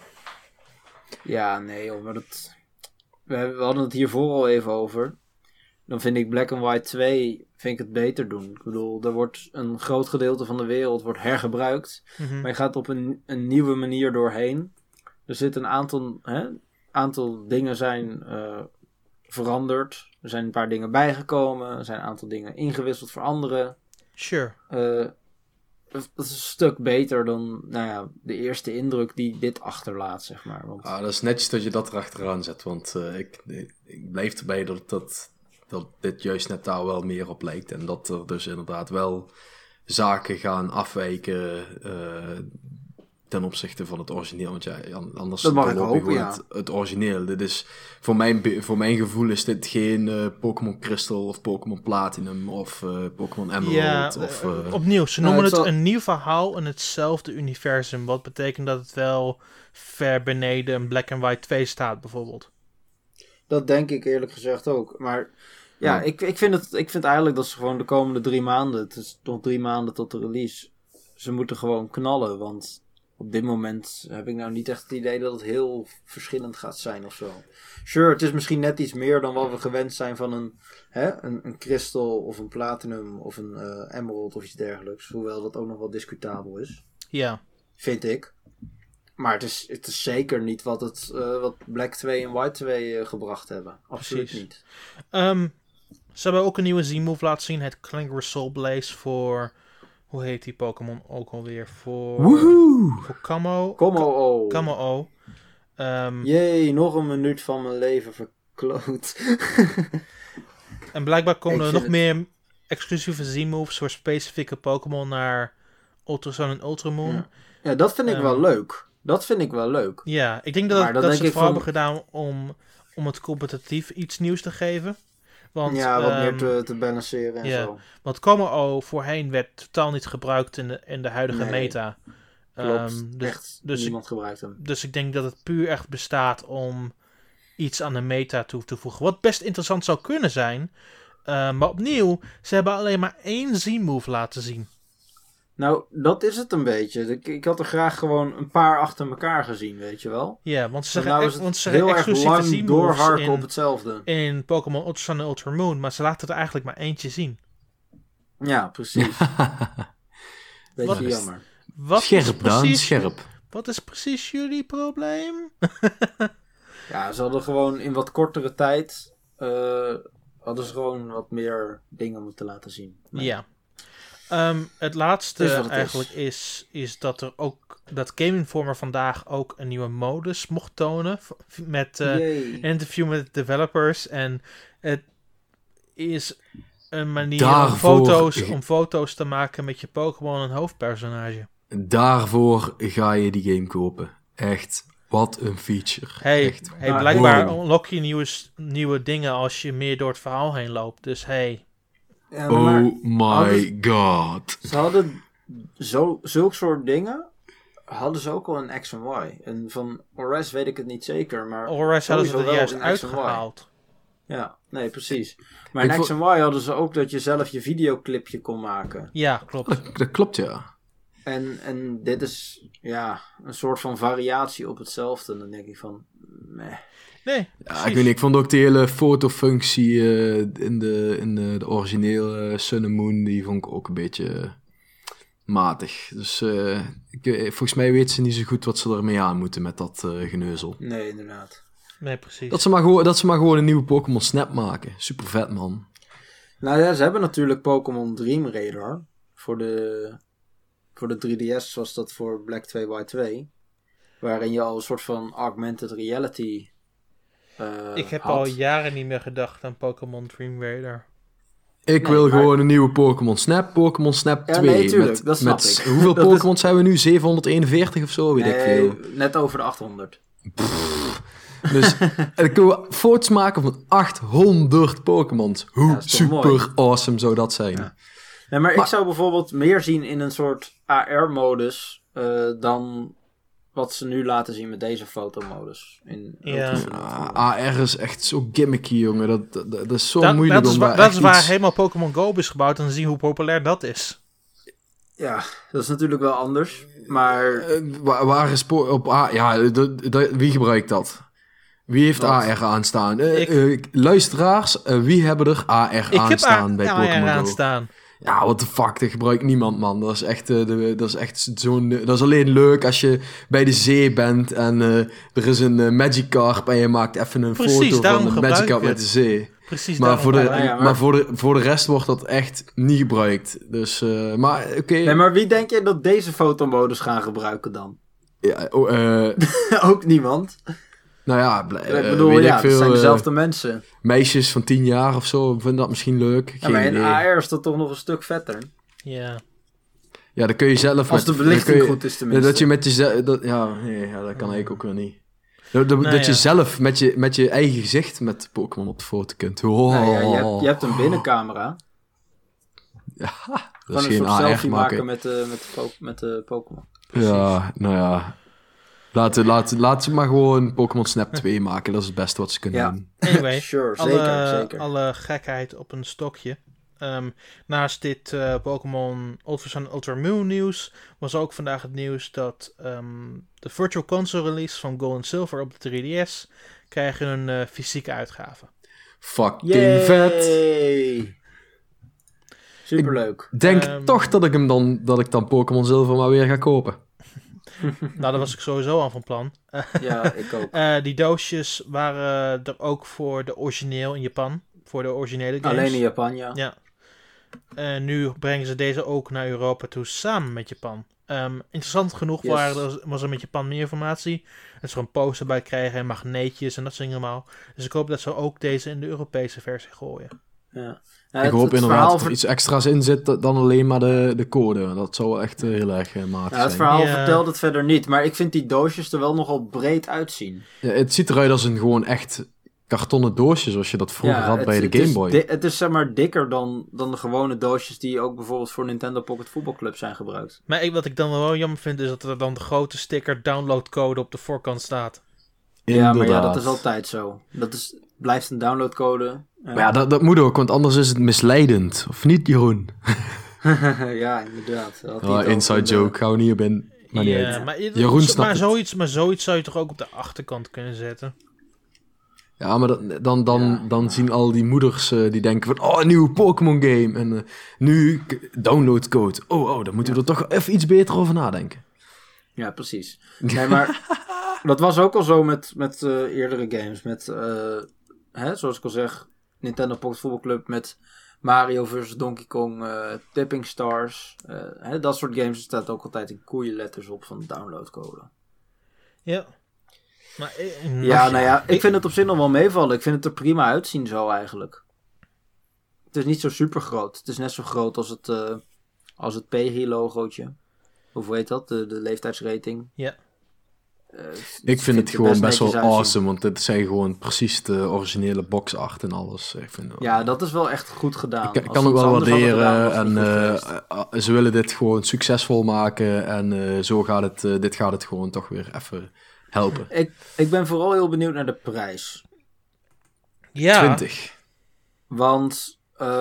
Ja, nee joh, maar we hadden het hiervoor al even over. Dan vind ik Black and White 2 vind ik het beter doen. Ik bedoel, er wordt een groot gedeelte van de wereld wordt hergebruikt. Mm-hmm. Maar je gaat op een nieuwe manier doorheen. Er zit een aantal dingen zijn veranderd. Er zijn een paar dingen bijgekomen. Er zijn een aantal dingen ingewisseld voor andere. Sure. Dat is een stuk beter dan de eerste indruk die dit achterlaat, zeg maar. Want... dat is netjes dat je dat erachteraan zet. Want ik blijf erbij dat dit juist net daar wel meer op lijkt. En dat er dus inderdaad wel zaken gaan afwijken ten opzichte van het origineel. Want anders dat mag ik hopen, het origineel. Dit is, voor mijn gevoel is dit geen Pokémon Crystal of Pokémon Platinum of Pokémon Emerald. Opnieuw, ze noemen het een nieuw verhaal in hetzelfde universum. Wat betekent dat het wel ver beneden een Black and White 2 staat, bijvoorbeeld. Dat denk ik eerlijk gezegd ook. Maar ik vind eigenlijk dat ze gewoon de komende 3 maanden... Het is nog 3 maanden tot de release. Ze moeten gewoon knallen, want... Op dit moment heb ik nou niet echt het idee dat het heel verschillend gaat zijn of zo. Sure, het is misschien net iets meer dan wat we gewend zijn van een Crystal of een Platinum of een Emerald of iets dergelijks. Hoewel dat ook nog wel discutabel is. Ja. Vind ik. Maar het is zeker niet wat Black 2 en White 2 gebracht hebben. Absoluut Precies. niet. Ze hebben ook een nieuwe Z-move laten zien. Het Klingler Soul Blaze voor... Hoe heet die Pokémon ook alweer? Voor Camo. Camo-O. Jee, nog een minuut van mijn leven verkloot. En blijkbaar komen er nog meer exclusieve Z-moves voor specifieke Pokémon naar Ultra Sun en Ultra Moon. Ja, dat vind ik wel leuk. Dat vind ik wel leuk. Ja, ik denk dat ze het vooral hebben gedaan om het competitief iets nieuws te geven. Want, wat meer te balanceren en zo. Want Camo-O voorheen werd totaal niet gebruikt in de huidige meta. Klopt, niemand gebruikt hem. Dus ik denk dat het puur echt bestaat om iets aan de meta toe te voegen. Wat best interessant zou kunnen zijn. Maar opnieuw, ze hebben alleen maar 1 Z-move laten zien. Nou, dat is het een beetje. Ik had er graag gewoon een paar achter elkaar gezien, weet je wel. Ja, want ze zeggen heel erg lang doorharken op hetzelfde. In Pokémon Ultra Sun en Ultra Moon, maar ze laten er eigenlijk maar eentje zien. Ja, precies. Beetje jammer. Scherp. Wat is precies jullie probleem? Ja, ze hadden gewoon in wat kortere tijd... hadden ze gewoon wat meer dingen moeten laten zien. Nee. Ja. Het laatste eigenlijk is dat er ook dat Game Informer vandaag ook een nieuwe modus mocht tonen met interview met developers en het is een manier om foto's te maken met je Pokémon en hoofdpersonage. Daarvoor ga je die game kopen. Echt, wat een feature. Blijkbaar unlock je nieuwe dingen als je meer door het verhaal heen loopt. Dus Ja, oh my god. Ze hadden zulke soort dingen hadden ze ook al in X en Y. En van ORAS weet ik het niet zeker, maar ORAS hadden ze er juist uitgehaald. Ja, nee, precies. Maar in X en Y hadden ze ook dat je zelf je videoclipje kon maken. Ja, klopt. Dat klopt, ja. En dit is een soort van variatie op hetzelfde. En dan denk ik van, meh. Nee, ja, ik weet niet, ik vond ook die hele fotofunctie in de originele Sun and Moon, die vond ik ook een beetje matig. Dus volgens mij weten ze niet zo goed wat ze ermee aan moeten met dat geneuzel. Nee, inderdaad. Nee, precies. Dat ze maar gewoon een nieuwe Pokémon Snap maken. Super vet, man. Nou ja, ze hebben natuurlijk Pokémon Dream Radar. Voor de 3DS was dat voor Black 2 White 2. Waarin je al een soort van augmented reality ik heb had. al jaren niet meer gedacht aan Pokémon Dream Radar. Ik wil gewoon een nieuwe Pokémon Snap. Pokémon Snap 2. Nee, tuurlijk, dat snap ik. Hoeveel Pokémons hebben we nu? 741 of zo? Weet ik veel. Net over de 800. Dus dan kunnen we foto's maken van 800 Pokémons. Hoe super awesome zou dat zijn? Ja. Nee, maar ik zou bijvoorbeeld meer zien in een soort AR-modus dan wat ze nu laten zien met deze fotomodus. AR is echt zo gimmicky, jongen. Dat is zo moeilijk om daar dat is waar helemaal Pokémon Go is gebouwd en zien hoe populair dat is. Ja, dat is natuurlijk wel anders, maar... waar is wie gebruikt dat? Wie heeft AR aanstaan? Luisteraars, wie hebben er AR aanstaan bij Pokémon Go? Ik heb AR aanstaan. Ja, what the fuck, dat gebruikt niemand, man. Dat is echt zo'n... Dat is alleen leuk als je bij de zee bent en er is een Magikarp en je maakt even een foto van de Magikarp met de zee. Precies, maar voor de rest wordt dat echt niet gebruikt. Dus, maar oké. Nee, maar wie denk je dat deze fotomodus gaan gebruiken dan? Ja, ook niemand. Nou ja, ik bedoel, het zijn dezelfde mensen. Meisjes van 10 jaar of zo vinden dat misschien leuk. Ja, maar in AR is dat toch nog een stuk vetter. Ja. Ja, dan kun je zelf... Als de belichting goed is tenminste. Dat je met jezelf... dat kan ik ook weer niet. Dat je zelf met je eigen gezicht met Pokémon op de foto kunt. Je hebt een binnencamera. Ja, dat is geen AR selfie maken met de Pokémon. Ja, nou ja... Laat ze maar gewoon Pokémon Snap 2 maken. Dat is het beste wat ze kunnen doen. Anyway, sure, zeker. Alle gekheid op een stokje. Naast dit Pokémon Ultra Sun Ultra Moon nieuws was ook vandaag het nieuws dat de Virtual Console release van Gold en Silver op de 3DS krijgen een fysieke uitgave. Fucking vet! Superleuk. Ik denk toch dat ik dan Pokémon Silver maar weer ga kopen. Nou, daar was ik sowieso al van plan. Ja, ik ook. Die doosjes waren er ook voor de origineel in Japan. Voor de originele games. Alleen in Japan, ja. Nu brengen ze deze ook naar Europa toe samen met Japan. Interessant genoeg was er met Japan meer informatie. Dat ze er een poster bij krijgen en magneetjes en dat soort dingen allemaal. Dus ik hoop dat ze ook deze in de Europese versie gooien. Ja. Ik hoop inderdaad dat er iets extra's in zit dan alleen maar de code. Dat zou echt heel erg matig zijn. Het verhaal vertelt het verder niet, maar ik vind die doosjes er wel nogal breed uitzien. Ja, het ziet eruit als een gewoon echt kartonnen doosje, zoals je dat vroeger had bij de Game Boy. Het is zeg maar dikker dan de gewone doosjes die ook bijvoorbeeld voor Nintendo Pocket Football Club zijn gebruikt. Maar wat ik dan wel jammer vind is dat er dan de grote sticker downloadcode op de voorkant staat. Inderdaad. Ja, maar dat is altijd zo. Blijft een downloadcode. Maar ja, dat moet ook, want anders is het misleidend. Of niet, Jeroen? Ja, inderdaad. Inside joke, gaan we niet op in. Maar niet uit. Maar zoiets zou je toch ook op de achterkant kunnen zetten? Ja, maar dan zien al die moeders die denken van... een nieuwe Pokémon game. En nu downloadcode. Dan moeten we er toch even iets beter over nadenken. Ja, precies. Nee, maar dat was ook al zo met eerdere games. Met, zoals ik al zeg, Nintendo Pocket Football Club met Mario vs. Donkey Kong, Tipping Stars. Dat soort games staat ook altijd in koeienletters op van de downloadcode. Ja. Maar, ik vind het op zich nog wel meevallen. Ik vind het er prima uitzien zo eigenlijk. Het is niet zo super groot. Het is net zo groot als het PEGI-logootje. Of hoe heet dat? De leeftijdsrating. Ja. Ik vind het gewoon best wel awesome, want het zijn gewoon precies de originele boxart en alles. Dat is wel echt goed gedaan. Ik kan ook wel waarderen en ze willen dit gewoon succesvol maken en dit gaat het gewoon toch weer even helpen. Ik ben vooral heel benieuwd naar de prijs. Ja. 20. Want...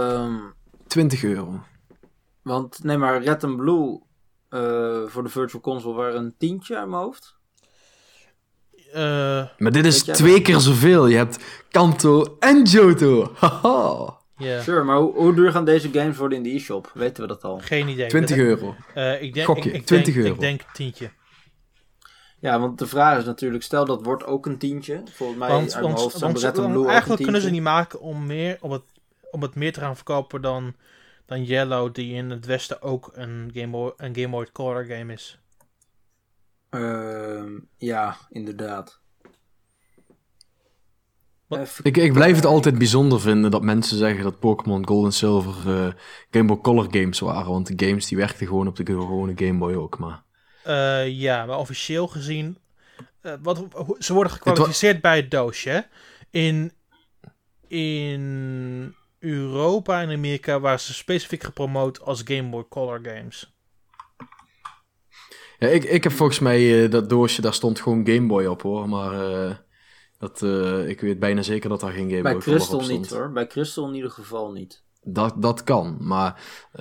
€20. Want, nee, maar Red and Blue voor de Virtual Console waren een tientje uit mijn hoofd. Maar dit is 2 keer zoveel. Je hebt Kanto en Johto. Haha. Yeah. Sure, maar hoe duur gaan deze games worden in de e-shop? Weten we dat al? Geen idee. €20. Ik denk, Gokje, ik €20. Ik denk tientje. Ja, want de vraag is natuurlijk, stel dat wordt ook een tientje. Volgens mij uit mijn hoofd staan Red and Blue eigenlijk kunnen ze niet maken om het meer te gaan verkopen dan Yellow, die in het westen ook een Game Boy Color game is. Ja, inderdaad. Ik blijf het altijd bijzonder vinden dat mensen zeggen dat Pokémon Gold en Silver Game Boy Color games waren. Want de games die werkten gewoon op de gewone Game Boy ook, maar... Ja, maar officieel gezien... ze worden gekwalificeerd bij het doosje. In Europa en Amerika waren ze specifiek gepromoot als Game Boy Color games. Ja, ik heb volgens mij dat doosje, daar stond gewoon Game Boy op hoor. Maar ik weet bijna zeker dat daar geen Game Boy Color op stond. Bij Crystal niet hoor. Bij Crystal in ieder geval niet. Dat kan, maar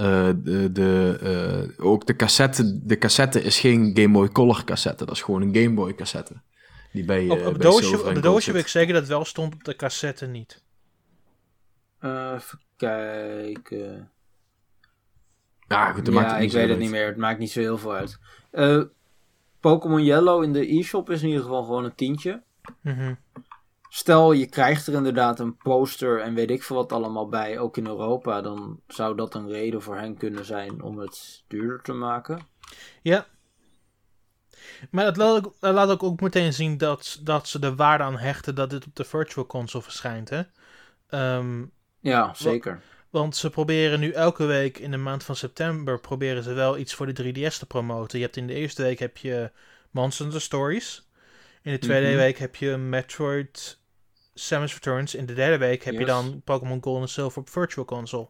ook de cassette is geen Game Boy Color cassette. Dat is gewoon een Game Boy cassette. Die bij, op bij de doosje weet ik zeker dat wel stond, op de cassette niet. Even kijken. Ja, goed, ik weet het niet meer. Het maakt niet zo heel veel uit. Pokémon Yellow in de e-shop is in ieder geval gewoon een tientje. Mm-hmm. Stel, je krijgt er inderdaad een poster en weet ik veel wat allemaal bij, ook in Europa, dan zou dat een reden voor hen kunnen zijn om het duurder te maken. Ja. Maar het laat ook meteen zien dat ze de waarde aan hechten dat dit op de Virtual Console verschijnt, hè? Ja, zeker. Want ze proberen nu elke week in de maand van september proberen ze wel iets voor de 3DS te promoten. Je hebt in de eerste week heb je Monster Hunter Stories. In de tweede week heb je Metroid Samus Returns. In de derde week heb je dan Pokémon Gold en Silver op Virtual Console.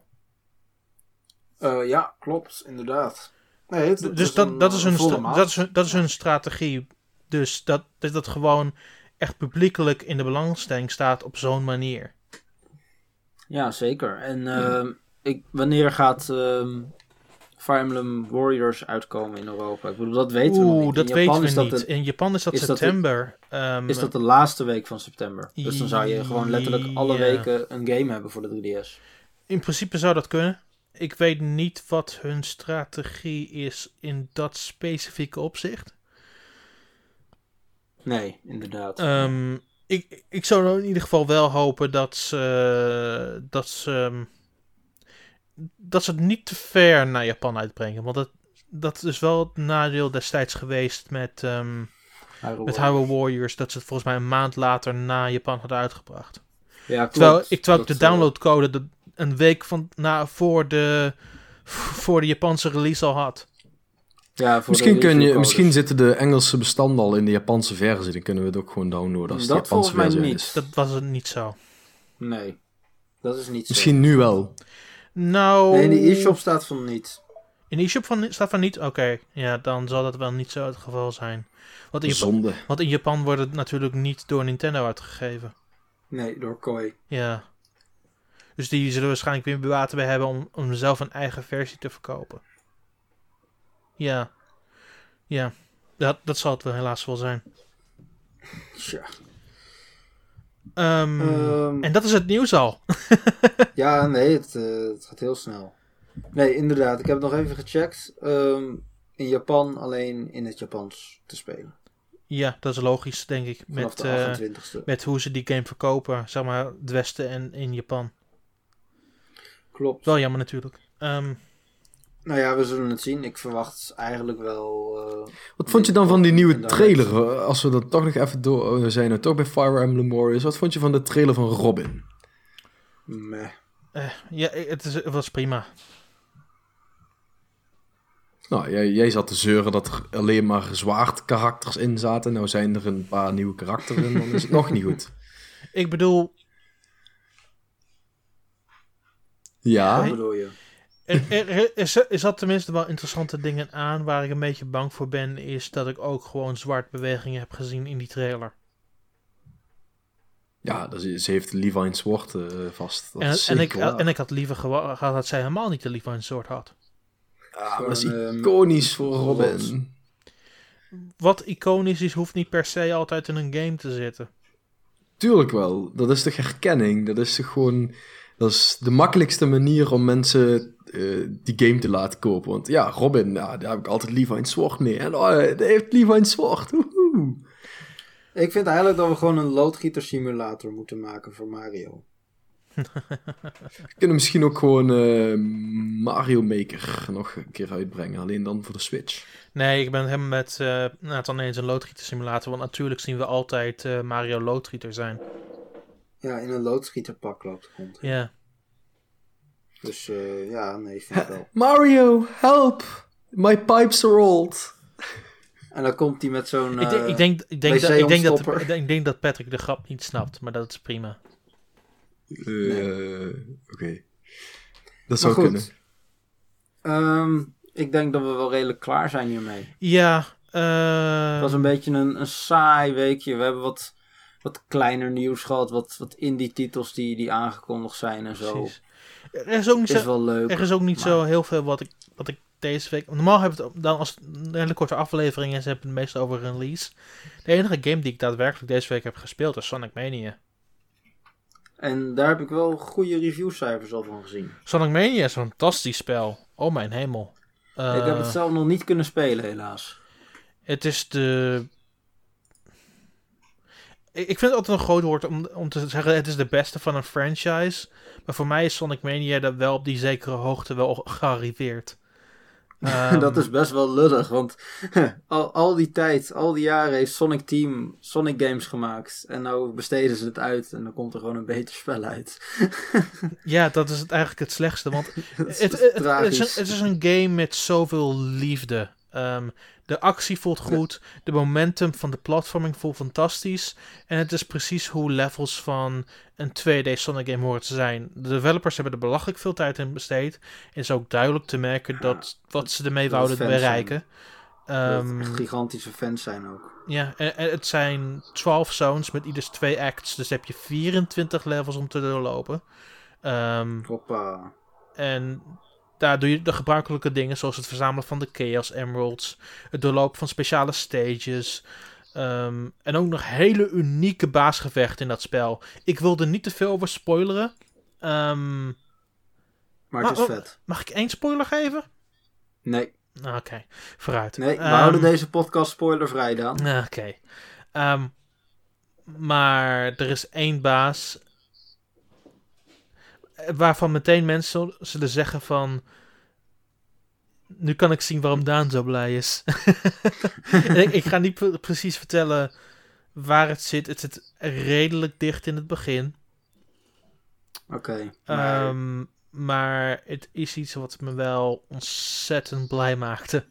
Ja, klopt, inderdaad. Nee, dus dat is hun strategie. Dus dat gewoon echt publiekelijk in de belangstelling staat op zo'n manier. Ja, zeker. En wanneer gaat Fire Emblem Warriors uitkomen in Europa? Ik bedoel, dat weten we nog niet. Dat weten we niet. In Japan is dat september. Is dat de laatste week van september? Dus dan zou je gewoon letterlijk alle weken een game hebben voor de 3DS. In principe zou dat kunnen. Ik weet niet wat hun strategie is in dat specifieke opzicht. Nee, inderdaad. Ik zou in ieder geval wel hopen dat ze het niet te ver naar Japan uitbrengen. Want dat is wel het nadeel destijds geweest met Hyrule Warriors. Dat ze het volgens mij een maand later naar Japan hadden uitgebracht. Ja, klopt. Terwijl ik de downloadcode een week voor de Japanse release al had. Ja, misschien zitten de Engelse bestanden al in de Japanse versie. Dan kunnen we het ook gewoon downloaden als de Japanse versie is. Dat was het niet zo. Nee, dat is niet zo. Misschien nu wel. Nou... Nee, in de e-shop staat van niet. In de e-shop staat van niet? Oké. Ja, dan zal dat wel niet zo het geval zijn. Want in Japan wordt het natuurlijk niet door Nintendo uitgegeven. Nee, door Koei. Ja. Dus die zullen waarschijnlijk weer water bij hebben om zelf een eigen versie te verkopen. Ja. Ja. Dat zal het wel helaas wel zijn. Tja. En dat is het nieuws al. Ja, nee, het gaat heel snel. Nee, inderdaad. Ik heb het nog even gecheckt. In Japan alleen in het Japans te spelen. Ja, dat is logisch, denk ik. Vanaf de 28e. Met hoe ze die game verkopen. Zeg maar, het Westen en in Japan. Klopt. Wel jammer natuurlijk. Nou ja, we zullen het zien. Ik verwacht eigenlijk wel... Wat vond je dan van die nieuwe trailer? Als we dan toch nog even door... We zijn nu toch bij Fire Emblem Warriors. Wat vond je van de trailer van Robin? Meh. Ja, het was prima. Nou, jij zat te zeuren dat er alleen maar zwaard karakters in zaten. Nou zijn er een paar nieuwe karakters in, dan is het nog niet goed. Ik bedoel... Ja? Wat bedoel je? Er zat tenminste wel interessante dingen aan. Waar ik een beetje bang voor ben, is dat ik ook gewoon zwaardbewegingen heb gezien in die trailer. Ja, ze heeft Levi's Sword vast. En ik had liever gehad dat zij helemaal niet de Levi's Sword had. Ja, dat is iconisch voor Robin. Wat iconisch is, hoeft niet per se altijd in een game te zitten. Tuurlijk wel. Dat is toch herkenning? Dat is toch gewoon... Dat is de makkelijkste manier om mensen die game te laten kopen. Want ja, Robin, daar heb ik altijd Levi's Sword mee. En die heeft Levi's Sword. Woehoe. Ik vind eigenlijk dat we gewoon een loodgieter simulator moeten maken voor Mario. We kunnen misschien ook gewoon Mario Maker nog een keer uitbrengen. Alleen dan voor de Switch. Nee, ik ben het helemaal met Nathan eens een loodgieter simulator. Want natuurlijk zien we altijd Mario loodgieter zijn. Ja, in een loodschieterpak loopt het rond. Ja. Dus nee, vind ik wel. Mario, help! My pipes are old. En dan komt hij met zo'n Ik denk dat Patrick de grap niet snapt, maar dat is prima. Oké. Dat zou kunnen. Ik denk dat we wel redelijk klaar zijn hiermee. Ja. Het was een beetje een saai weekje. We hebben wat kleiner nieuws gehad. Wat indie titels die aangekondigd zijn en zo. Precies. Er is ook niet is wel leuk. Er is ook niet zo heel veel wat ik deze week... Normaal heb ik het dan als het een hele korte aflevering is, heb ik het meestal over release. De enige game die ik daadwerkelijk deze week heb gespeeld is Sonic Mania. En daar heb ik wel goede reviewcijfers al van gezien. Sonic Mania is een fantastisch spel. Oh mijn hemel. Ik heb het zelf nog niet kunnen spelen, helaas. Het is de... Ik vind het altijd een groot woord om te zeggen het is de beste van een franchise. Maar voor mij is Sonic Mania dat wel op die zekere hoogte wel gearriveerd. Dat is best wel lullig, want al die tijd, al die jaren heeft Sonic Team Sonic Games gemaakt. En nou besteden ze het uit en dan komt er gewoon een beter spel uit. Ja, dat is eigenlijk het slechtste, want het is een game met zoveel liefde. De actie voelt goed, de momentum van de platforming voelt fantastisch. En het is precies hoe levels van een 2D Sonic game horen te zijn. De developers hebben er belachelijk veel tijd in besteed. Het is ook duidelijk te merken dat wat ze ermee wouden bereiken. Dat gigantische fans zijn ook. Ja, en het zijn 12 zones met ieders 2 acts. Dus heb je 24 levels om te doorlopen. Hoppa. En daar doe je de gebruikelijke dingen zoals het verzamelen van de Chaos Emeralds, het doorlopen van speciale stages, en ook nog hele unieke baasgevechten in dat spel. Ik wil er niet te veel over spoileren. Maar het is vet. Mag ik 1 spoiler geven? Nee. Oké, vooruit. Nee, we houden deze podcast spoilervrij dan. Oké. Maar er is 1 baas waarvan meteen mensen zullen zeggen van... Nu kan ik zien waarom Daan zo blij is. Ik ga niet precies vertellen waar het zit. Het zit redelijk dicht in het begin. Oké. Maar het is iets wat me wel ontzettend blij maakte.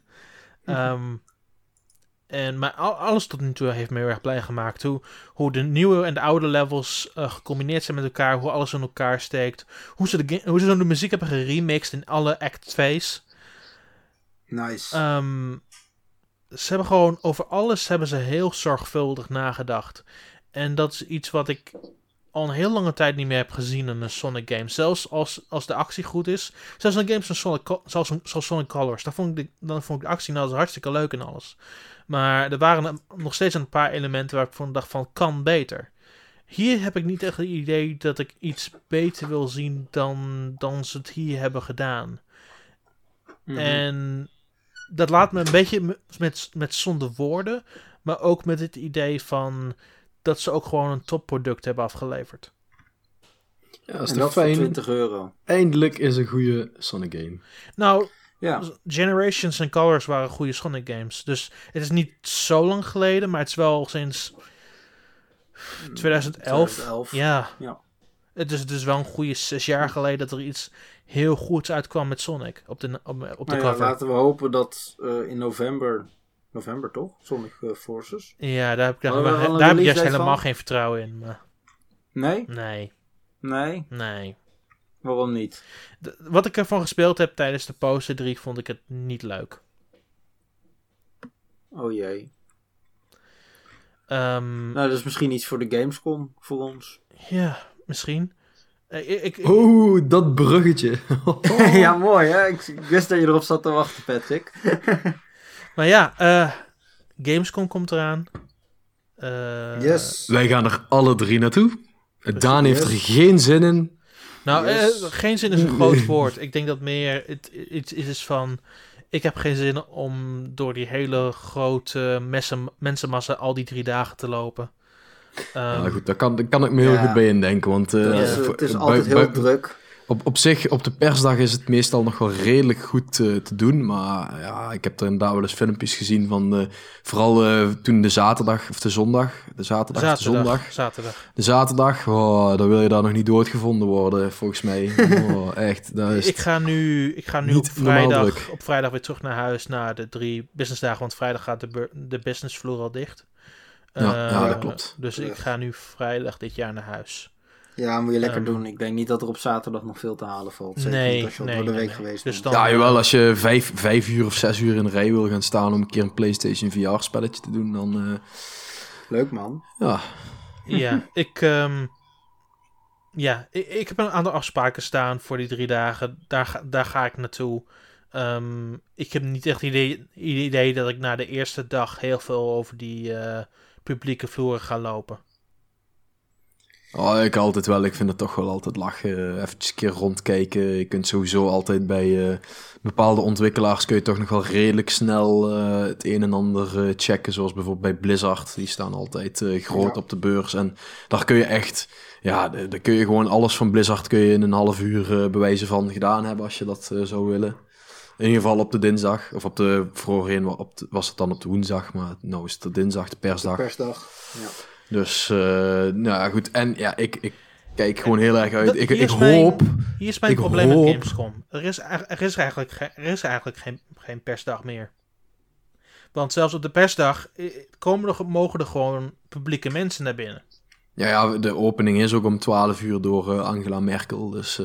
Maar alles tot nu toe heeft me heel erg blij gemaakt. Hoe de nieuwe en de oude levels gecombineerd zijn met elkaar. Hoe alles in elkaar steekt. Hoe ze zo de muziek hebben geremixed in alle act 2's. Nice. Ze hebben gewoon over alles hebben ze heel zorgvuldig nagedacht. En dat is iets wat ik al een heel lange tijd niet meer heb gezien in een Sonic game. Zelfs als de actie goed is. Zelfs in games zoals Sonic Colors. Dan vond ik de actie nou hartstikke leuk en alles. Maar er waren nog steeds een paar elementen waar ik van dacht van kan beter. Hier heb ik niet echt het idee dat ik iets beter wil zien dan ze het hier hebben gedaan. Mm-hmm. En dat laat me een beetje met zonder woorden, maar ook met het idee van dat ze ook gewoon een topproduct hebben afgeleverd. Ja, dat is toch fijn. €20. Eindelijk is een goede Sonic game. Nou, ja. Generations en Colors waren goede Sonic games. Dus het is niet zo lang geleden, maar het is wel sinds 2011. Ja. Het is dus wel een goede 6 jaar geleden dat er iets heel goeds uitkwam met Sonic op de cover. Ja, laten we hopen dat in november toch? Sonic Forces. Ja, daar heb ik juist helemaal geen vertrouwen in. Maar... Nee? Nee. Waarom niet? Wat ik ervan gespeeld heb tijdens de Poster 3 vond ik het niet leuk. Oh jee. Nou, dat is misschien iets voor de Gamescom voor ons. Ja, misschien. Dat bruggetje. Ja, mooi hè. Ik wist dat je erop zat te wachten, Patrick. Maar ja, Gamescom komt eraan. Yes. Wij gaan er alle 3 naartoe. Daan heeft er geen zin in. Nou, geen zin is een groot woord. Ik denk dat meer iets is van... Ik heb geen zin om door die hele grote mensenmassa al die 3 dagen te lopen. Ja, goed, daar kan ik me heel goed bij indenken. Want het is altijd heel druk. Op zich, op de persdag is het meestal nog wel redelijk goed te doen. Maar ja, ik heb er inderdaad wel eens filmpjes gezien van... vooral toen de zaterdag of de zondag. De zaterdag. De zaterdag, dan wil je daar nog niet doodgevonden worden, volgens mij. Echt, dat is ik ga nu op vrijdag weer terug naar huis na de 3 businessdagen. Want vrijdag gaat de businessvloer al dicht. Ja, dat klopt. Dus ik ga nu vrijdag dit jaar naar huis. Ja, moet je lekker doen. Ik denk niet dat er op zaterdag nog veel te halen valt. Zeker niet als je door de week geweest bent. Dus jawel, als je 5 uur of 6 uur in de rij wil gaan staan om een keer een PlayStation VR spelletje te doen, dan... Leuk, man. Ja, ik heb een aantal afspraken staan voor die 3 dagen. Daar ga ik naartoe. Ik heb niet echt idee dat ik na de eerste dag heel veel over die publieke vloeren ga lopen. Ik altijd wel. Ik vind het toch wel altijd lachen. Even een keer rondkijken. Je kunt sowieso altijd bij bepaalde ontwikkelaars kun je toch nog wel redelijk snel het een en ander checken. Zoals bijvoorbeeld bij Blizzard. Die staan altijd groot op de beurs. En daar kun je echt... Ja, daar kun je gewoon alles van Blizzard kun je in een half uur bewijzen van gedaan hebben als je dat zou willen. In ieder geval op de dinsdag. Of voorheen was het dan op de woensdag. Maar nou is het de dinsdag, de persdag. De persdag, ja. Dus, nou goed. En ja, ik kijk gewoon heel erg uit. Ik hoop... Hier is mijn probleem met Gamescom. Er is eigenlijk geen persdag meer. Want zelfs op de persdag mogen er gewoon publieke mensen naar binnen. Ja, de opening is ook om 12 uur door Angela Merkel. Dus,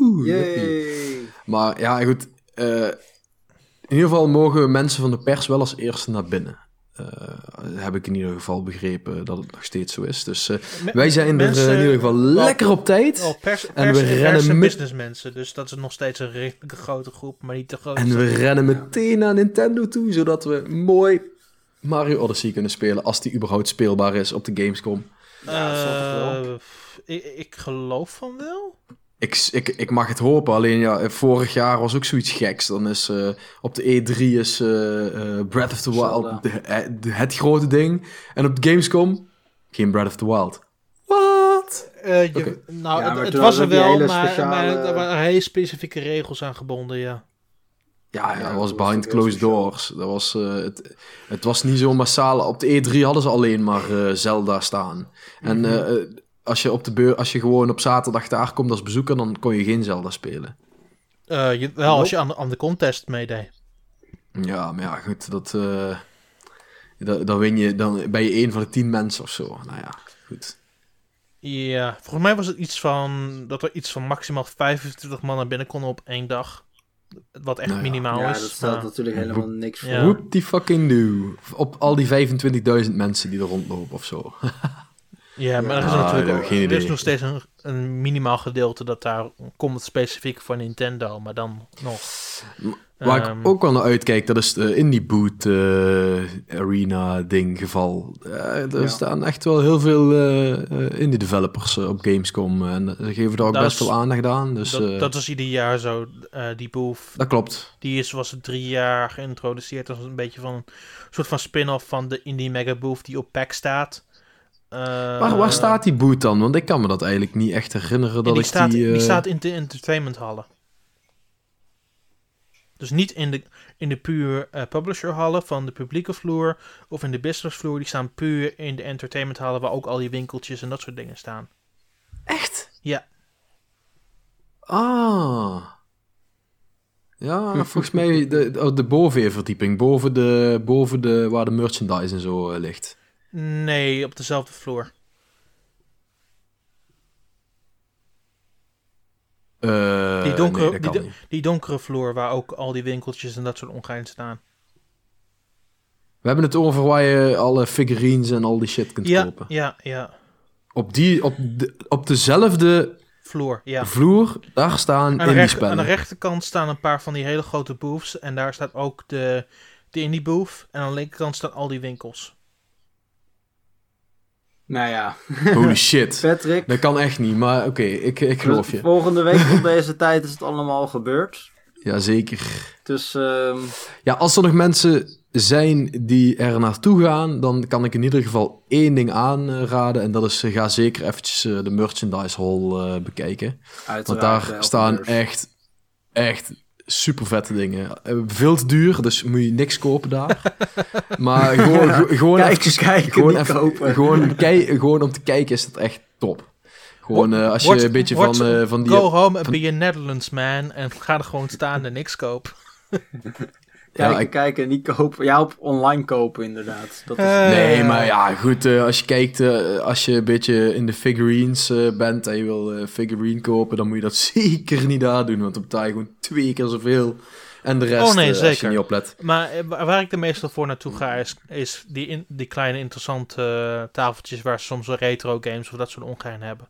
maar ja, goed. In ieder geval mogen mensen van de pers wel als eerste naar binnen. Heb ik in ieder geval begrepen dat het nog steeds zo is. Dus wij zijn er in ieder geval lekker op tijd. En we rennen businessmensen, dus dat is nog steeds een redelijke grote groep, maar niet te groot. En we rennen meteen naar Nintendo toe, zodat we mooi Mario Odyssey kunnen spelen, als die überhaupt speelbaar is op de Gamescom. Ja, dat zal toch wel. Ik geloof van wel. Ik mag het hopen, alleen ja, vorig jaar was ook zoiets geks. Dan is op de E3 is Breath of the Wild het grote ding. En op de Gamescom geen Breath of the Wild. What? Nou, het was er wel, maar er waren hele specifieke regels aan gebonden, ja. Ja, dat was behind closed doors. Dat was, het was niet zo massaal. Op de E3 hadden ze alleen maar Zelda staan. En als je gewoon op zaterdag daar komt als bezoeker, dan kon je geen Zelda spelen. Als je aan de contest meedeed. Ja, maar ja, goed, dan win je, dan ben je 1 van de 10 mensen of zo. Nou ja, goed. Ja, volgens mij was het dat er iets van maximaal 25 man naar binnen konden op 1 dag. Wat echt minimaal is. Ja, dat stelt natuurlijk helemaal niks voor. Whoop die fucking do. Op al die 25.000 mensen die er rondlopen of zo. Ja, maar er is nog steeds een minimaal gedeelte dat daar komt specifiek voor Nintendo, maar dan nog. Waar ik ook wel naar uitkijk, dat is de Indie Boot Arena ding geval. Er staan echt wel heel veel indie developers op Gamescom en ze geven daar ook best veel aandacht aan. Dus, dat is ieder jaar zo, die booth. Dat klopt. Was 3 jaar geïntroduceerd als een beetje van een soort van spin-off van de Indie Mega Booth die op PAX staat. Waar staat die boot dan? Want ik kan me dat eigenlijk niet echt herinneren. Die staat in de entertainmenthallen. Dus niet in de puur publisherhallen van de publieke vloer of in de businessvloer. Die staan puur in de entertainmenthallen waar ook al die winkeltjes en dat soort dingen staan. Echt? Ja. Ah. Ja, volgens mij de bovenverdieping. Boven de waar de merchandise en zo ligt. Nee, op dezelfde vloer. Die donkere vloer waar ook al die winkeltjes en dat soort ongein staan. We hebben het over waar je alle figurines en al die shit kunt kopen. Ja. Op dezelfde vloer, daar staan indie spellen. Aan de rechterkant staan een paar van die hele grote booths en daar staat ook de indie booth. En aan de linkerkant staan al die winkels. Nou ja. Holy shit. Patrick. Dat kan echt niet, maar oké, ik geloof je. Volgende week op deze tijd is het allemaal gebeurd. Jazeker. Dus... Ja, als er nog mensen zijn die er naartoe gaan, dan kan ik in ieder geval 1 ding aanraden. En dat is, ga zeker eventjes de merchandise hall bekijken. Uiteraard, want daar staan echt super vette dingen. Veel te duur, dus moet je niks kopen daar. Maar gewoon gewoon om te kijken is het echt top. Gewoon als je een beetje van die... Go home and be a Netherlands man en ga er gewoon staan en niks kopen. Kijken, niet kopen. Ja, op online kopen inderdaad. Dat is... Nee, maar ja, goed. Als je kijkt, als je een beetje in de figurines bent en je wil figurine kopen, dan moet je dat zeker niet daar doen, want dan betaal je gewoon 2 keer zoveel. En de rest, als je niet oplet. Maar waar ik er meestal voor naartoe ga, is die kleine interessante tafeltjes waar ze soms wel retro games of dat soort ongein hebben.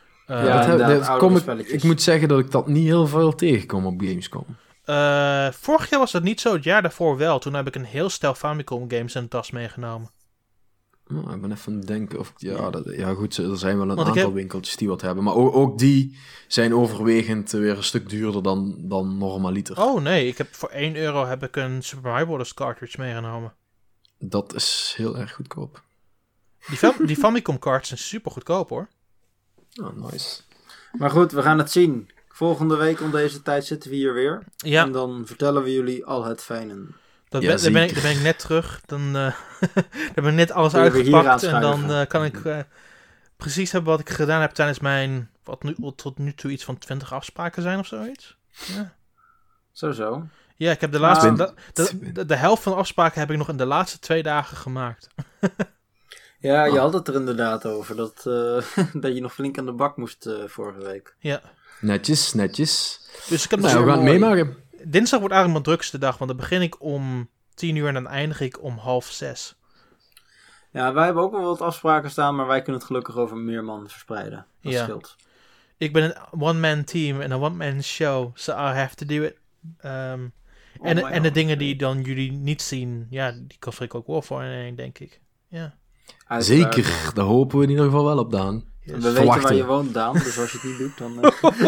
Ik moet zeggen dat ik dat niet heel veel tegenkom op Gamescom. Vorig jaar was dat niet zo, het jaar daarvoor wel. Toen heb ik een heel stel Famicom games in de tas meegenomen. Oh, ik ben even aan het denken of... Ja, goed, er zijn wel een aantal winkeltjes die wat hebben. Maar ook die zijn overwegend weer een stuk duurder dan normaliter. Oh nee, ik heb voor €1 heb ik een Super Mario Bros. Cartridge meegenomen. Dat is heel erg goedkoop. Die Famicom cards zijn super goedkoop hoor. Oh, nice. Maar goed, we gaan het zien. Volgende week om deze tijd zitten we hier weer. Ja. En dan vertellen we jullie al het fijne. Dan ben ik net terug. Dan ben ik net alles uitgepakt. En dan kan ik precies hebben wat ik gedaan heb tijdens mijn... Wat tot nu toe iets van 20 afspraken zijn of zoiets. Ja. Zo. Ja, ik heb de laatste... De helft van de afspraken heb ik nog in de laatste 2 dagen gemaakt. Ja, je had het er inderdaad over. Dat je nog flink aan de bak moest vorige week. Ja. Netjes. Dus ik heb we gaan het meemaken. Dinsdag wordt eigenlijk mijn drukste dag, want dan begin ik om 10:00 en dan eindig ik om 5:30. Ja, wij hebben ook wel wat afspraken staan, maar wij kunnen het gelukkig over meer man verspreiden. Dat scheelt. Ik ben een one-man team en een one-man show, so I have to do it. En de dingen die dan jullie niet zien, ja, die kost ik ook wel voor en denk ik. Ja. Zeker, daar hopen we in ieder geval wel op, Daan. Yes. We weten waar je woont, Daan, dus als je het niet doet, dan...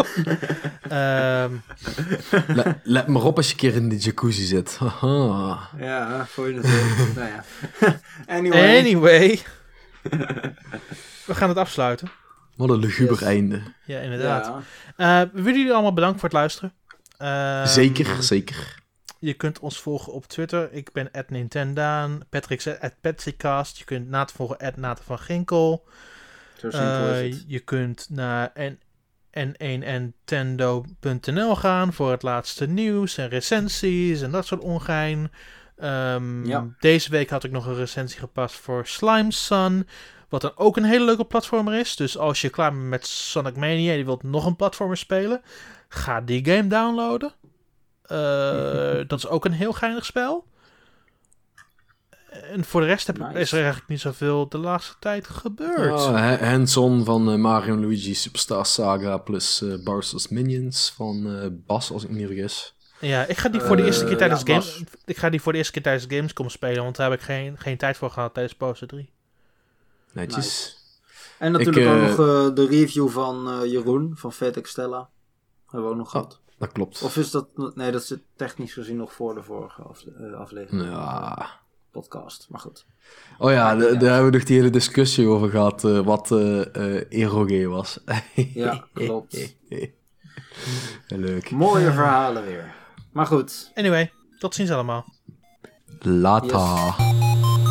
Let maar op als je een keer in de jacuzzi zit. Ja, voor je natuurlijk. Nou ja. Anyway. We gaan het afsluiten. Wat een luguber einde. Ja, inderdaad. We willen jullie allemaal bedanken voor het luisteren. Zeker. Je kunt ons volgen op Twitter. Ik ben @Nintendaan. Patrick is @Patsycast. Je kunt Nathan volgen @Nathan van Ginkel. Je kunt naar n1nintendo.nl gaan voor het laatste nieuws en recensies en dat soort ongein. Deze week had ik nog een recensie gepast voor Slime Sun, wat dan ook een hele leuke platformer is. Dus als je klaar bent met Sonic Mania en je wilt nog een platformer spelen, ga die game downloaden. Dat is ook een heel geinig spel. En voor de rest is er eigenlijk niet zoveel de laatste tijd gebeurd. Hands-on van Mario & Luigi Superstar Saga plus Bowser's Minions van Bas, als ik me niet vergis. Ja, ik ga die voor de eerste keer tijdens Gamescom spelen, want daar heb ik geen tijd voor gehad tijdens Bowser 3. Netjes. Nice. En natuurlijk ook nog de review van Jeroen van Vet Stella. Hebben we ook nog gehad. Dat klopt. Of is dat... Nee, dat zit technisch gezien nog voor de vorige aflevering. Ja... podcast, maar goed. Oh ja, daar hebben we nog die hele discussie over gehad, wat eroge was. Ja, klopt. Leuk. Mooie verhalen weer. Maar goed. Anyway, tot ziens allemaal. Later. Yes.